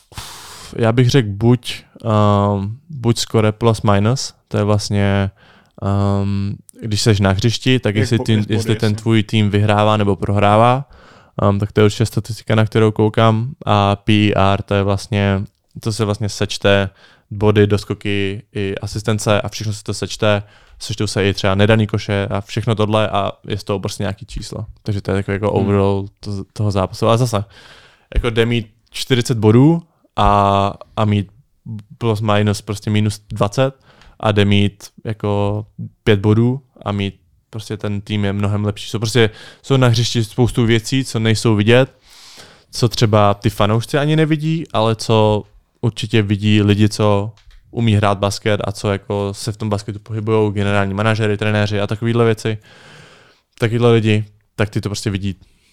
já bych řekl buď, um, buď score plus minus, to je vlastně um, když seš na hřišti, tak jestli, tým, body, jestli ten tvůj tým vyhrává nebo prohrává, um, tak to je určitě statistika, na kterou koukám. A P E R, to je vlastně, to se vlastně sečte body, doskoky i asistence a všechno se to sečte, sečtou se i třeba nedaný koše a všechno tohle a je z toho prostě nějaký číslo. Takže to je jako, jako overall to, toho zápasu. Ale zase, jako jde mít čtyřicet bodů a, a mít plus minus prostě minus dvacet a jde mít jako pět bodů a mít prostě ten tým je mnohem lepší. Jsou prostě jsou na hřišti spoustu věcí, co nejsou vidět, co třeba ty fanoušci ani nevidí, ale co určitě vidí lidi, co umí hrát basket a co jako se v tom basketu pohybujou, generální manažery, trenéři a takovýhle věci. Takovýhle lidi, tak ty to prostě vidí.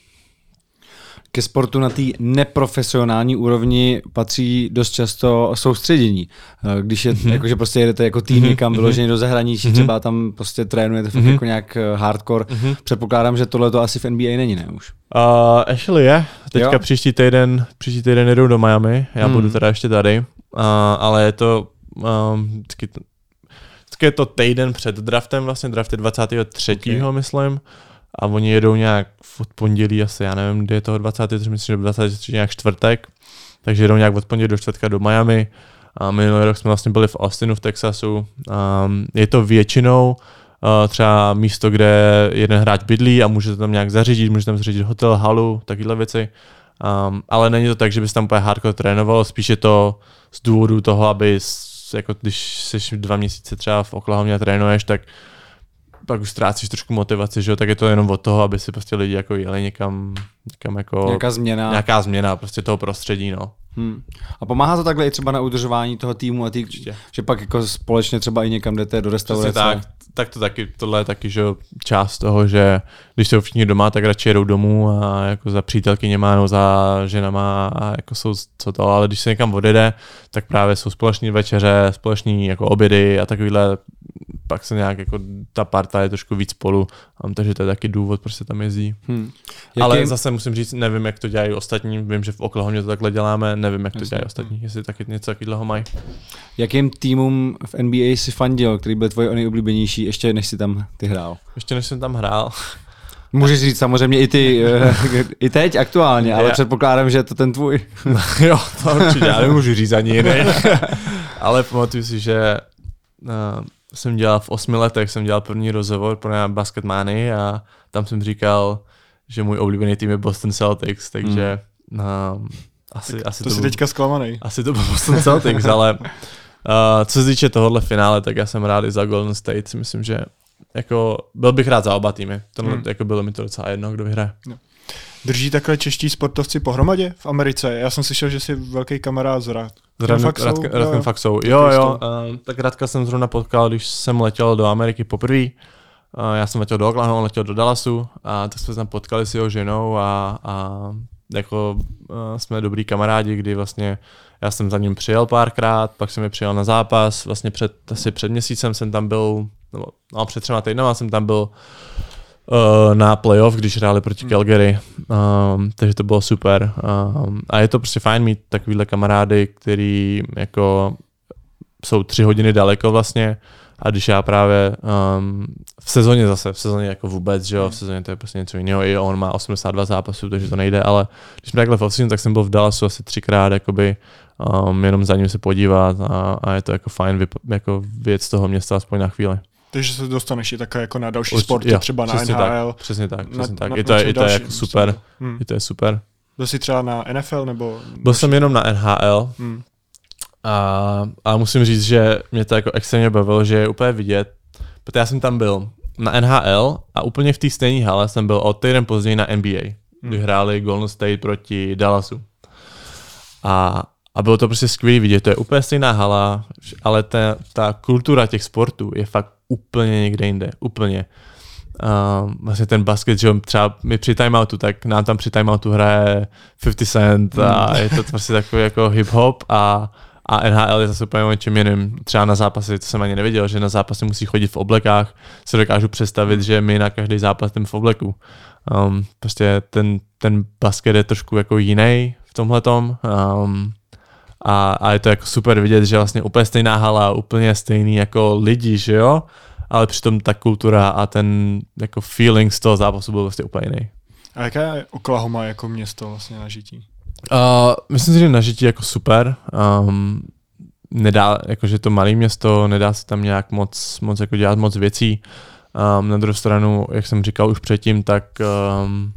Ke sportu na té neprofesionální úrovni patří dost často soustředění. Když je, mm-hmm. jakože prostě jedete jako tým mm-hmm. někam vyloženě do zahraničí, mm-hmm. třeba tam prostě trénujete fakt mm-hmm. jako nějak hardcore. Mm-hmm. Předpokládám, že tohle to asi v N B A není, ne už? Uh, actually je. Teďka jo? příští týden, příští týden jedou do Miami, já mm. budu teda ještě tady, uh, ale je to um, vždycky, vždycky je to týden před draftem, vlastně draft je dvacátého třetího Okay. myslím. A oni jedou nějak od pondělí asi, já nevím, kde je toho dvacátého třetího myslím, že dvacátého třetího nějak čtvrtek, takže jedou nějak od pondělí do čtvrtka do Miami. A minulý rok jsme vlastně byli v Austinu v Texasu. Um, je to většinou uh, třeba místo, kde jeden hráč bydlí a můžete tam nějak zařídit, můžete tam zařídit hotel, halu, takovéhle věci. Um, ale není to tak, že bys tam úplně hardcore trénoval, spíš je to z důvodu toho, aby jako když jsi dva měsíce třeba v Oklahomě a trénuješ, tak pak už ztrácíš trošku motivaci, že jo, tak je to jenom od toho, aby si prostě lidi jako jeli někam, někam jako... Nějaká změna. Nějaká změna, prostě toho prostředí, no. Hmm. A pomáhá to takhle i třeba na udržování toho týmu a tý, že pak jako společně třeba i někam jdete do restaurace? Tak, tak to taky, tohle je taky, že část toho, že když jsou všichni doma, tak radši jedou domů a jako za přítelkyněma nebo za ženama a jako jsou co to, ale když se někam odjede, tak právě jsou společní večeře, společní jako obědy a takovýhle, pak se nějak jako ta parta je trošku víc spolu, takže to je taky důvod, proč se tam jezdí. Hmm. Ale Jaký... zase musím říct, nevím, jak to dělají ostatní, vím, že v Oklahomě to takhle děláme, nevím, jak to Jasně. dělají ostatní, jestli taky něco takového mají. Jakým týmům v N B A si fandil, který byl tvoj nejoblíbenější, ještě než jsi tam ty hrál? Ještě než jsem tam hrál. Můžeš říct samozřejmě i ty, i teď aktuálně, ale já. předpokládám, že je to ten tvůj. Jo, to určitě, já nemůžu říct ani jiný. Ale pamatuju si, že uh, jsem dělal v osmi letech, jsem dělal první rozhovor pro Basketmany a tam jsem říkal, že můj oblíbený tým je Boston Celtics, takže hmm. uh, asi, asi to, to to jsi byl, teďka zklamanej. Asi to byl Boston Celtics, ale co se týče tohohle finále, tak já jsem rád i za Golden State. Myslím, že jako, byl bych rád za oba týmy. Tohle, hmm. jako bylo mi to docela jedno, kdo vyhraje. No. Drží takhle čeští sportovci pohromadě v Americe? Já jsem slyšel, že jsi velký kamarád s Radkem Faxou. Jo, jo, uh, tak Radka jsem zrovna potkal, když jsem letěl do Ameriky poprvé. Uh, já jsem letěl do Oklahoma, on letěl do Dallasu a tak jsme se tam potkali s jeho ženou a, a jako uh, jsme dobrý kamarádi, kdy vlastně já jsem za ním přijel párkrát, pak jsem je přijel na zápas, vlastně před, asi před měsícem jsem tam byl, nebo no, před třema týdnama jsem tam byl uh, na playoff, když hráli proti Calgary, um, takže to bylo super. Um, a je to prostě fajn mít takovýhle kamarády, který jako jsou tři hodiny daleko vlastně. A když já právě um, v sezóně zase, v sezóně jako vůbec, že jo, v sezóně to je prostě něco jiného, i on má osmdesát dva zápasů, takže to nejde, ale když jsme takhle v off-season, tak jsem byl v Dallasu asi třikrát, jakoby, um, jenom za ním se podívat a, a je to jako fajn vyp, jako věc z toho města aspoň na chvíli. Takže se dostaneš i také jako na další sporty, jo, třeba na N H L. Tak, přesně tak, přesně na, tak. Na, je to, je, je to jako super, hmm. je to je super. Byl jsi třeba na N F L nebo? Byl jsem jenom na N H L. Hmm. A, a musím říct, že mě to jako extrémně bavilo, že je úplně vidět, protože já jsem tam byl na N H L a úplně v té stejné hale jsem byl o týden později na N B A, hmm. kdy hráli Golden State proti Dallasu. A, a bylo to prostě skvělé vidět, to je úplně stejná hala, ale ta, ta kultura těch sportů je fakt úplně někde jinde, úplně. Uh, vlastně ten basket, že třeba my při timeoutu, tak nám tam při timeoutu hraje fifty cent a hmm. je to prostě takový jako hip-hop a A N H L je zase úplně o něčem jiným. Třeba na zápasy, to jsem ani nevěděl, že na zápasy musí chodit v oblekách. Se dokážu představit, že my na každý zápas jdeme v obleku. Um, prostě ten, ten basket je trošku jako jiný v tomhletom. Um, a, a je to jako super vidět, že vlastně úplně stejná hala, úplně stejný jako lidi, že jo? Ale přitom ta kultura a ten jako feeling z toho zápasu byl vlastně úplně jiný. A jaká je Oklahoma jako město vlastně na žití? Uh, myslím si, že na žití jako super. Um, nedá, jakože to malé město, nedá se tam nějak moc, moc jako dělat moc věcí. Um, na druhou stranu, jak jsem říkal už předtím, tak um,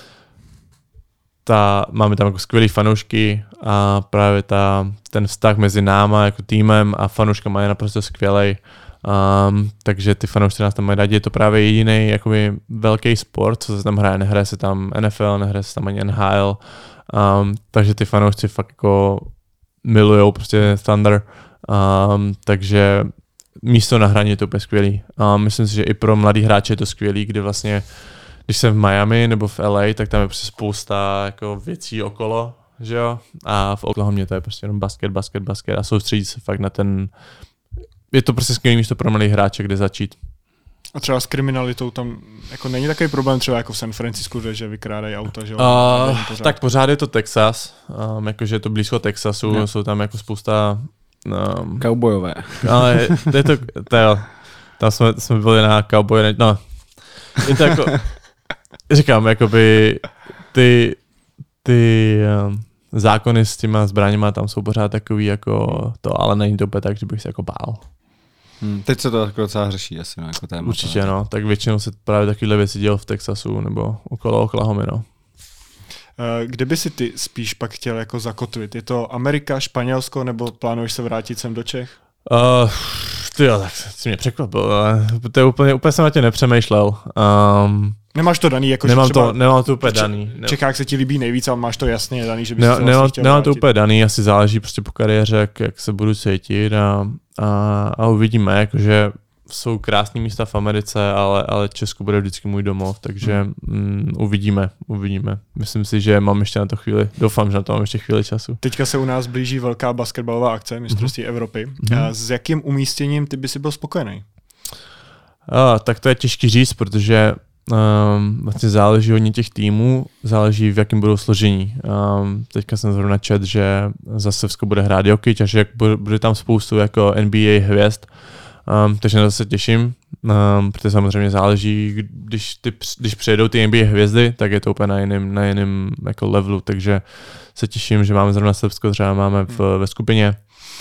ta, máme tam jako skvělý fanoušky a právě ta, ten vztah mezi náma jako týmem a fanouškama je naprosto skvělej. Um, takže ty fanoušci nás tam mají rádi, je to právě jediný jakoby velký sport, co se tam hraje, nehraje se tam N F L, nehraje se tam ani N H L, um, takže ty fanoušci fakt jako milujou prostě Thunder, um, takže místo na hraní je to úplně skvělý. Um, myslím si, že i pro mladý hráče je to skvělý, kdy vlastně, když jsem v Miami nebo v L A, tak tam je prostě spousta jako věcí okolo, že jo, a v Oklahomě to je prostě jenom basket, basket, basket a soustředit se fakt na ten. Je to prostě skvělý místo pro malý hráče, kde začít. A třeba s kriminalitou tam jako není takový problém třeba jako v San Francisku, že vykrádají auta, že jo? Uh, pořád. Tak pořád je to Texas, um, jakože je to blízko Texasu, ne. Jsou tam jako spousta. Um, Cowboyové. Ale je, je to, to jo, tam jsme, jsme byli na cowboy, no. Je to jako, říkám, jakoby ty, ty um, zákony s těma zbraněma tam jsou pořád takový jako to, ale není to úplně tak, že bych se jako bál. Hmm, teď se to jako docela řeší asi, no, jako téma. Určitě, no, tak většinou se právě takovéhle věci dělo v Texasu nebo okolo Oklahomy, no. Kde by si ty spíš pak chtěl jako zakotvit? Je to Amerika, Španělsko, nebo plánuješ se vrátit sem do Čech? Uh, ty jo, tak jsi mě překvapil, ale to je úplně, úplně jsem na tě nepřemýšlel. Um, Nemáš to daný, jako nemám že třeba to, nemám to úplně daný. V Čechách se ti líbí nejvíc, ale máš to jasně daný, že bys ne, se nemám, chtěl nemám vrátit. to úplně daný, asi záleží prostě po kariéře, jak, jak se budu cítit a, a, a uvidíme, jakože jsou krásné místa v Americe, ale, ale Česko bude vždycky můj domov, takže hmm. mm, uvidíme, uvidíme. Myslím si, že mám ještě na to chvíli, doufám, že na to mám ještě chvíli času. Teďka se u nás blíží velká basketbalová akce, mistrovství mm-hmm. Evropy. Mm-hmm. A s jakým umístěním ty by si byl spokojený? A, tak to je těžký říct, protože um, vlastně záleží hodně těch týmů, záleží v jakém budou složení. Um, teďka jsem zrovna čet, že za Sevsko bude hrát Jokic a že bude, bude tam spoustu jako N B A hvězd. Um, takže na to se těším, um, protože samozřejmě záleží, když, ty, když přijedou ty N B A hvězdy, tak je to úplně na jiném, na jiném jako levelu, takže se těším, že máme zrovna Srbsko, třeba máme v, ve skupině.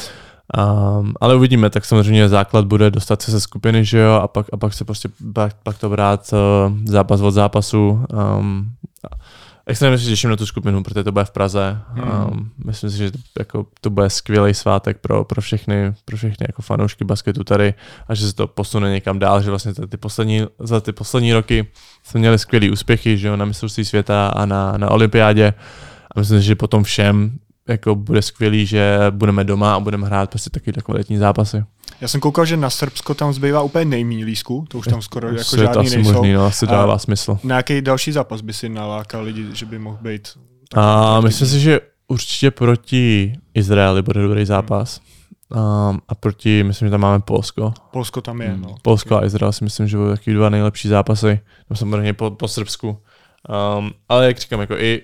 Um, ale uvidíme, tak samozřejmě základ bude dostat se ze skupiny, že jo, a pak, a pak se prostě pak, pak to brát uh, zápas od zápasu. Um, Extrémně se těším na tu skupinu, protože to bude v Praze. Hmm. Um, myslím si, že to, jako, to bude skvělý svátek pro, pro všechny, pro všechny jako fanoušky basketu tady a že se to posune někam dál, že vlastně za ty poslední, za ty poslední roky jsme měli skvělý úspěchy, že jo, na mistrovství světa a na, na olympiádě a myslím si, že potom všem jako bude skvělý, že budeme doma a budeme hrát prostě taky kvalitní zápasy. Já jsem koukal, že na Srbsko tam zbývá úplně nejméně lístků, to už tam skoro jako Svět žádný asi nejsou. Možný, no, asi dává a smysl. Na jaký další zápas by si nalákal lidi, že by mohl být? A myslím si, že určitě proti Izraeli bude dobrý zápas. Um, a proti, myslím, že tam máme Polsko. Polsko tam je, no. Polsko a Izrael si myslím, že budou taky dva nejlepší zápasy. Tam samozřejmě po, po Srbsku. Um, ale jak říkám, jako i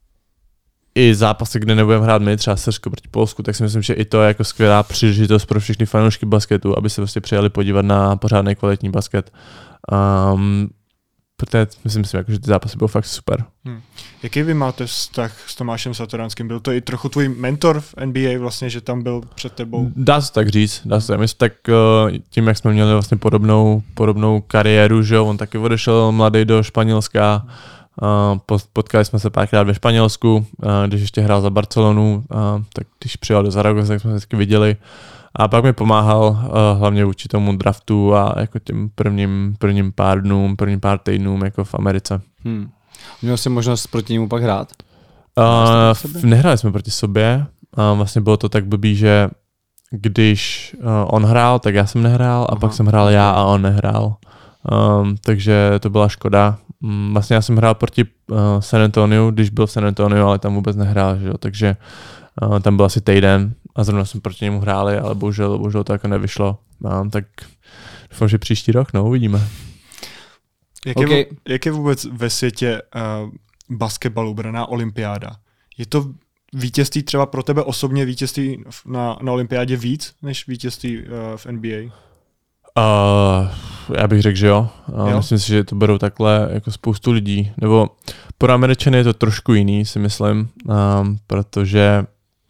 i zápasy, kde nebudeme hrát my, třeba Srbsko proti Polsku, tak si myslím, že i to je jako skvělá příležitost pro všechny fanoušky basketu, aby se prostě přijeli podívat na pořádný kvalitní basket. Um, protože myslím si, jako, že ty zápasy budou fakt super. Hmm. Jaký vy máte vztah s Tomášem Satoranským? Byl to i trochu tvůj mentor v N B A vlastně, že tam byl před tebou? Dá se tak říct, dá se. My tak tím, jak jsme měli vlastně podobnou, podobnou kariéru, že on taky odešel mladý do Španělska. Uh, potkali jsme se párkrát ve Španělsku, uh, když ještě hrál za Barcelonu, uh, tak když přijel do Zaragoza, tak jsme se vždycky viděli. A pak mi pomáhal uh, hlavně vůči tomu draftu a jako tím prvním, prvním pár dnům, prvním pár týdnům jako v Americe. Hmm. Měl jsi možnost proti němu pak hrát? Uh, nehráli jsme proti sobě. Uh, vlastně bylo to tak blbý, že když uh, on hrál, tak já jsem nehrál a Aha. pak jsem hrál já a on nehrál. Um, takže to byla škoda. Um, vlastně já jsem hrál proti uh, San Antoniu, když byl v San Antoniu, ale tam vůbec nehrál, že jo? Takže uh, tam byl asi týden a zrovna jsme proti němu hráli, ale bohužel, bohužel to jako nevyšlo. Um, tak doufám, že příští rok, no, uvidíme. Jak, okay. je, jak je vůbec ve světě uh, basketbalu braná olympiáda? Je to vítězství třeba pro tebe osobně vítězství na, na olympiádě víc, než vítězství uh, v N B A? Uh, já bych řekl, že jo. Uh, jo. Myslím si, že to berou takhle jako spoustu lidí. Nebo pro Američany je to trošku jiný, si myslím, um, protože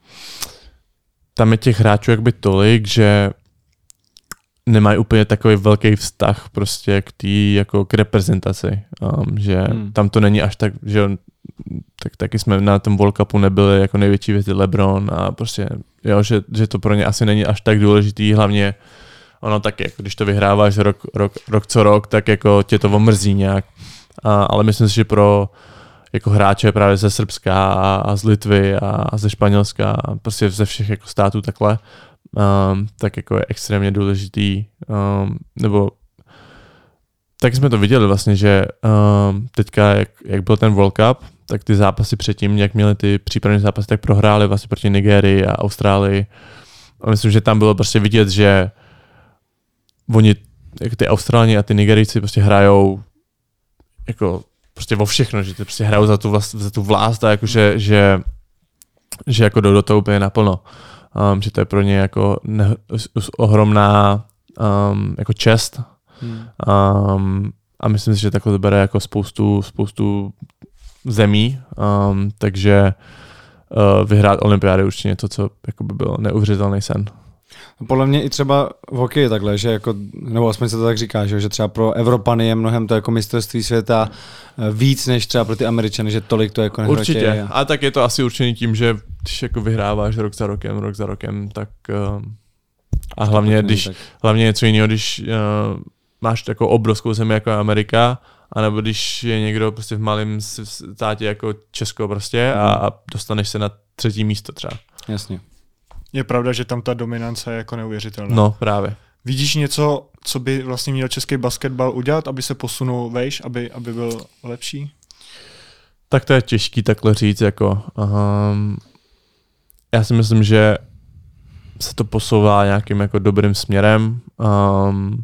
tam je těch hráčů jakby tolik, že nemají úplně takový velký vztah prostě k té jako k reprezentaci. Um, že hmm. tam to není až tak, že tak taky jsme na tom World Cupu nebyli jako největší věci LeBron a prostě, jo, že, že to pro ně asi není až tak důležitý, hlavně ono tak, jako když to vyhráváš rok, rok, rok co rok, tak jako tě to omrzí nějak. A, ale myslím si, že pro jako hráče právě ze Srbska a, a z Litvy a, a ze Španělska a prostě ze všech jako států takhle, um, tak jako je extrémně důležitý. Um, nebo tak jsme to viděli vlastně, že um, teďka, jak, jak byl ten World Cup, tak ty zápasy předtím, jak měli ty přípravné zápasy, tak prohráli vlastně proti Nigérii a Austrálii. A myslím, že tam bylo prostě vidět, že oni, jako ty Australani a ty Nigerijci prostě hrajou jako prostě o všechno, že ty prostě hrajou za tu vlast, za tu vlast a jako, že, že, že jako jdou do toho úplně naplno. Um, že to je pro ně jako ne, ohromná um, jako čest. Hmm. Um, a myslím si, že takhle to bere jako spoustu, spoustu zemí, um, takže uh, vyhrát olympiády určitě něco, co jako by bylo neuvěřitelný sen. Podle mě i třeba v hokeji takhle, že jako, nebo aspoň se to tak říká, že, že třeba pro Evropany je mnohem to jako mistrovství světa víc než třeba pro ty Američany, že tolik to jako nehrotějí. Určitě, a tak je to asi určený tím, že když jako vyhráváš rok za rokem, rok za rokem, tak uh, a hlavně, když, tak. hlavně něco jiného, když uh, máš takovou obrovskou zemi jako Amerika, anebo když je někdo prostě v malém státě jako Česko prostě a, a dostaneš se na třetí místo třeba. Jasně. Je pravda, že tam ta dominance je jako neuvěřitelná. No, právě. Vidíš něco, co by vlastně měl český basketbal udělat, aby se posunul vejš, aby, aby byl lepší? Tak to je těžký takhle říct, jako um, já si myslím, že se to posouvá nějakým jako dobrým směrem. Um,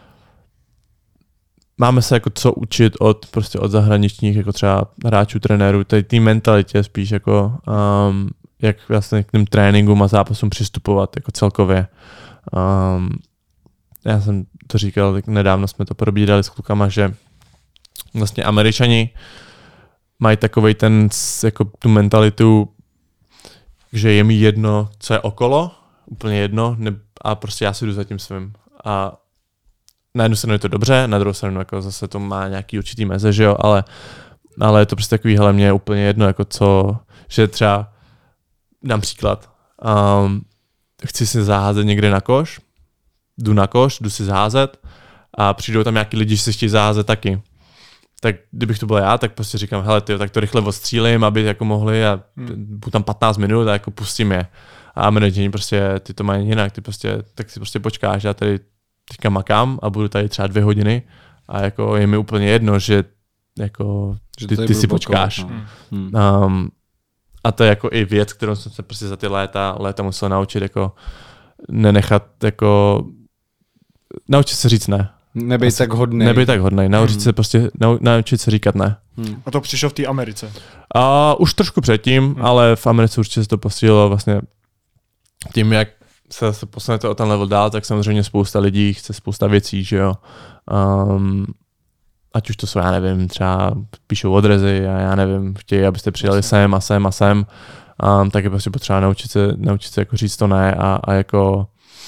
máme se jako co učit od prostě od zahraničních jako třeba hráčů, trenérů, tady té mentalitě spíš jako um, jak vlastně k těm tréninkům a zápasům přistupovat jako celkově. Um, já jsem to říkal, tak nedávno jsme to probírali s klukama, že vlastně Američani mají takovej ten, jako tu mentalitu, že je mi jedno, co je okolo, úplně jedno, ne, a prostě já si jdu za tím svým. A na jednu stranu je to dobře, na druhou stranu jako zase to má nějaký určitý meze, že jo, ale ale je to prostě takový, hele, mě je úplně jedno, jako co, že třeba, dám příklad, um, chci si zaházet někde na koš, jdu na koš, jdu si zaházet a přijdou tam nějaký lidi, že si chtějí zaházet taky. Tak kdybych to byl já, tak prostě říkám, hele, tyjo, tak to rychle odstřílím, aby jako mohli a budu tam patnáct minut a jako pustím je. A manažení prostě, ty to mají jinak, ty prostě, tak si prostě počkáš, já tady teďka makám a budu tady třeba dvě hodiny a jako je mi úplně jedno, že jako že ty, ty si počkáš. No. Hmm. Um, a to je jako i věc, kterou jsem se prostě za ty léta, léta musel naučit, jako nenechat, jako naučit se říct ne. Nebej tak hodnej. Nebej tak hodnej, naučit hmm. se prostě, nau, naučit se říkat ne. Hmm. A to přišlo v té Americe? A už trošku předtím, hmm. ale v Americe určitě se to posílilo vlastně tím, jak se, se posunete o ten level dál, tak samozřejmě spousta lidí chce spousta věcí, že jo. Um, ať už to jsou, já nevím, třeba píšou odrezy a já nevím, chtějí, abyste přijeli Jasně. sem a sem a sem, um, tak je prostě potřeba naučit se, naučit se jako říct to ne a, a jako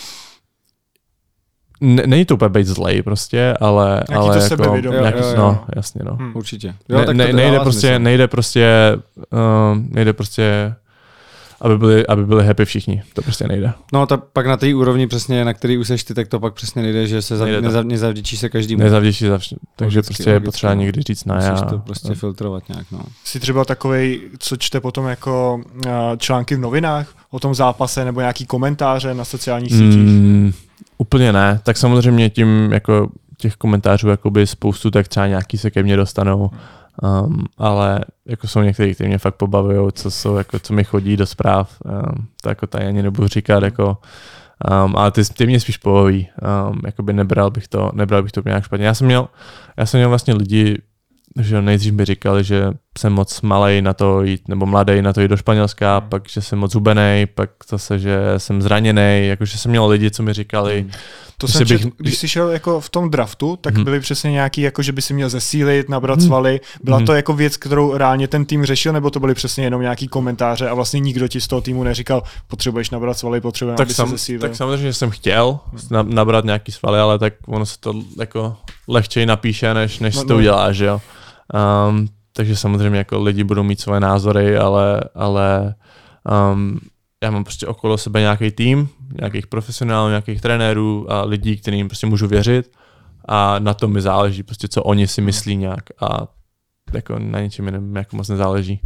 není to úplně být zlej prostě, ale, nějaký ale to jako, sebevědomí. nějaký, jo, jo, jo. no, jasně, no. Hmm. Určitě. Jo, ne, tak ne, to nejde, prostě, nejde prostě, uh, nejde prostě, aby byli, aby byli happy všichni. To prostě nejde. No tak pak na té úrovni přesně, na který už seš ty, tak to pak přesně nejde, že se zav, nezav, nezavděčí se každému. Nezavděčí za vš- takže logicky, prostě je logicky, potřeba no. někdy říct ne. Musíš a, to prostě a, filtrovat nějak, no. Jsi třeba takovej, co čte potom jako uh, články v novinách o tom zápase nebo nějaký komentáře na sociálních sítích? Mm, úplně ne. Tak samozřejmě tím jako těch komentářů jakoby spoustu, tak třeba nějaký se ke mně dostanou. Um, ale jako jsou některý, kteří mě fakt pobavují, co jsou, jako, co mi chodí do zpráv, um, to jako tady ani nebudu říkat, jako, um, ale ty, ty mě spíš pobaví, um, jakoby nebral bych to, nebral bych to nějak špatně. Já jsem měl, já jsem měl vlastně lidi, že nejdřív mi říkali, že jsem moc malej na to jít, nebo mladý na to jít do Španělska, hmm. pak, že jsem moc hubenej, pak zase, že jsem zraněnej, jakože jsem měl lidi, co mi říkali. Hmm. To jsem čet, bych... když jsi šel jako v tom draftu, tak hmm. byly přesně nějaký, jako že by si měl zesílit, nabrat hmm. svaly. Byla hmm. to jako věc, kterou reálně ten tým řešil, nebo to byly přesně jenom nějaký komentáře a vlastně nikdo ti z toho týmu neříkal, potřebuješ nabrat svaly, potřebuješ, aby sam, se zesílil. Tak samozřejmě jsem chtěl nabrat nějaký svaly, ale tak ono se to jako lehčej napíše, než, než no, si to no. uděláš, že jo. Um, takže samozřejmě jako lidi budou mít svoje názory, ale, ale um, já mám prostě okolo sebe nějaký tým, nějakých profesionálů, nějakých trenérů a lidí, kterým prostě můžu věřit a na tom mi záleží, prostě co oni si myslí nějak a jako na ničem jiném jako moc nezáleží.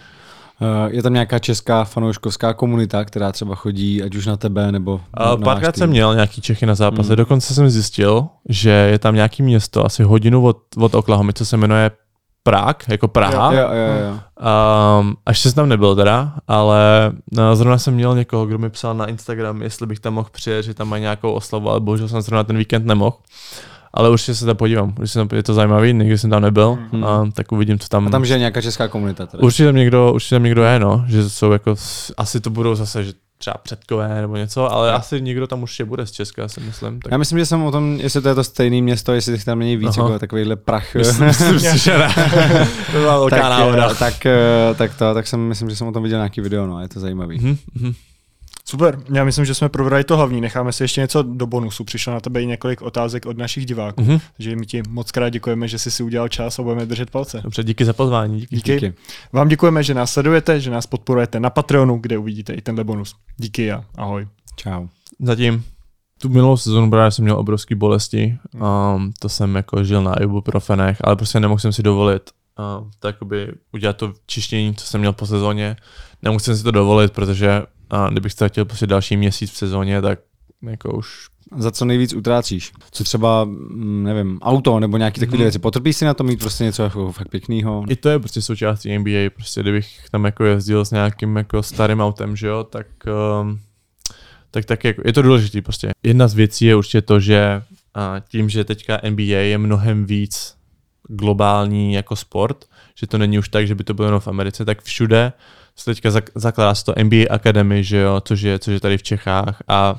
Je tam nějaká česká fanouškovská komunita, která třeba chodí ať už na tebe nebo na, uh, Párkrát jsem měl nějaký Čechy na zápase, hmm. dokonce jsem zjistil, že je tam nějaký město asi hodinu od, od Oklahomy, co se jmenuje Prah, jako Praha. Jo, jo, jo, jo. Um, až jsem tam nebyl teda, ale no, zrovna jsem měl někoho, kdo mi psal na Instagram, jestli bych tam mohl přijet, že tam mají nějakou oslavu, ale bohužel jsem zrovna ten víkend nemohl. Ale určitě se tam podívám, je to zajímavý, nikdy jsem tam nebyl, hmm. um, tak uvidím, co tam... A tam, že je nějaká česká komunita teda. Určitě tam někdo, určitě tam někdo je, no, že jsou jako, asi to budou zase, že třeba předkové nebo něco, ale no. asi někdo tam určitě bude z Česka, si myslím. Tak... Já myslím, že jsem o tom, jestli to je to stejné město, jestli tam není víc jako takovýhle prach. Myslím, myslím si, že ne. To byla velká náhoda. Tak, tak, tak to, tak jsem, myslím, že jsem o tom viděl nějaký video, no, je to zajímavý. Mm-hmm. Super, já myslím, že jsme probrali to hlavní, necháme si ještě něco do bonusu, přišlo na tebe i několik otázek od našich diváků, mm-hmm. takže my ti moc krát děkujeme, že jsi si udělal čas a budeme držet palce. Dobře, díky za pozvání. Díky. Díky. díky. Vám děkujeme, že nás sledujete, že nás podporujete na Patreonu, kde uvidíte i tenhle bonus. Díky a ahoj. Čau. Zatím. Tu minulou sezónu právě jsem měl obrovský bolesti, um, to jsem jako žil na ibuprofenech, ale prostě nemohl jsem si dovolit um, tak jakoby udělat to čištění, co jsem měl po sezóně. Nemohl jsem si to dovolit, protože a kdybych to chtěl prostě další měsíc v sezóně, tak jako už... Za co nejvíc utrácíš? Co třeba, nevím, auto nebo nějaký takový mm. věci. Potrpíš si na to mít prostě něco jako fakt pěknýho? I to je prostě součástí N B A, prostě kdybych tam jako jezdil s nějakým jako starým autem, že jo, tak, um, tak, tak jako, je to důležitý prostě. Jedna z věcí je určitě to, že uh, tím, že teďka N B A je mnohem víc globální jako sport, že to není už tak, že by to bylo jenom v Americe, tak všude se teďka zakládá to N B A Academy, že jo, což je, což je tady v Čechách a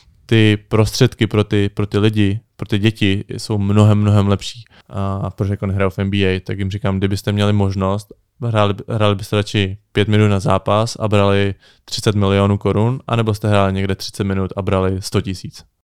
ty prostředky pro ty, pro ty lidi, pro ty děti jsou mnohem, mnohem lepší. A proč jako nehrajou v N B A, tak jim říkám, kdybyste měli možnost, hráli, hráli byste radši pět minut na zápas a brali třicet milionů korun, anebo jste hráli někde třicet minut a brali sto tisíc.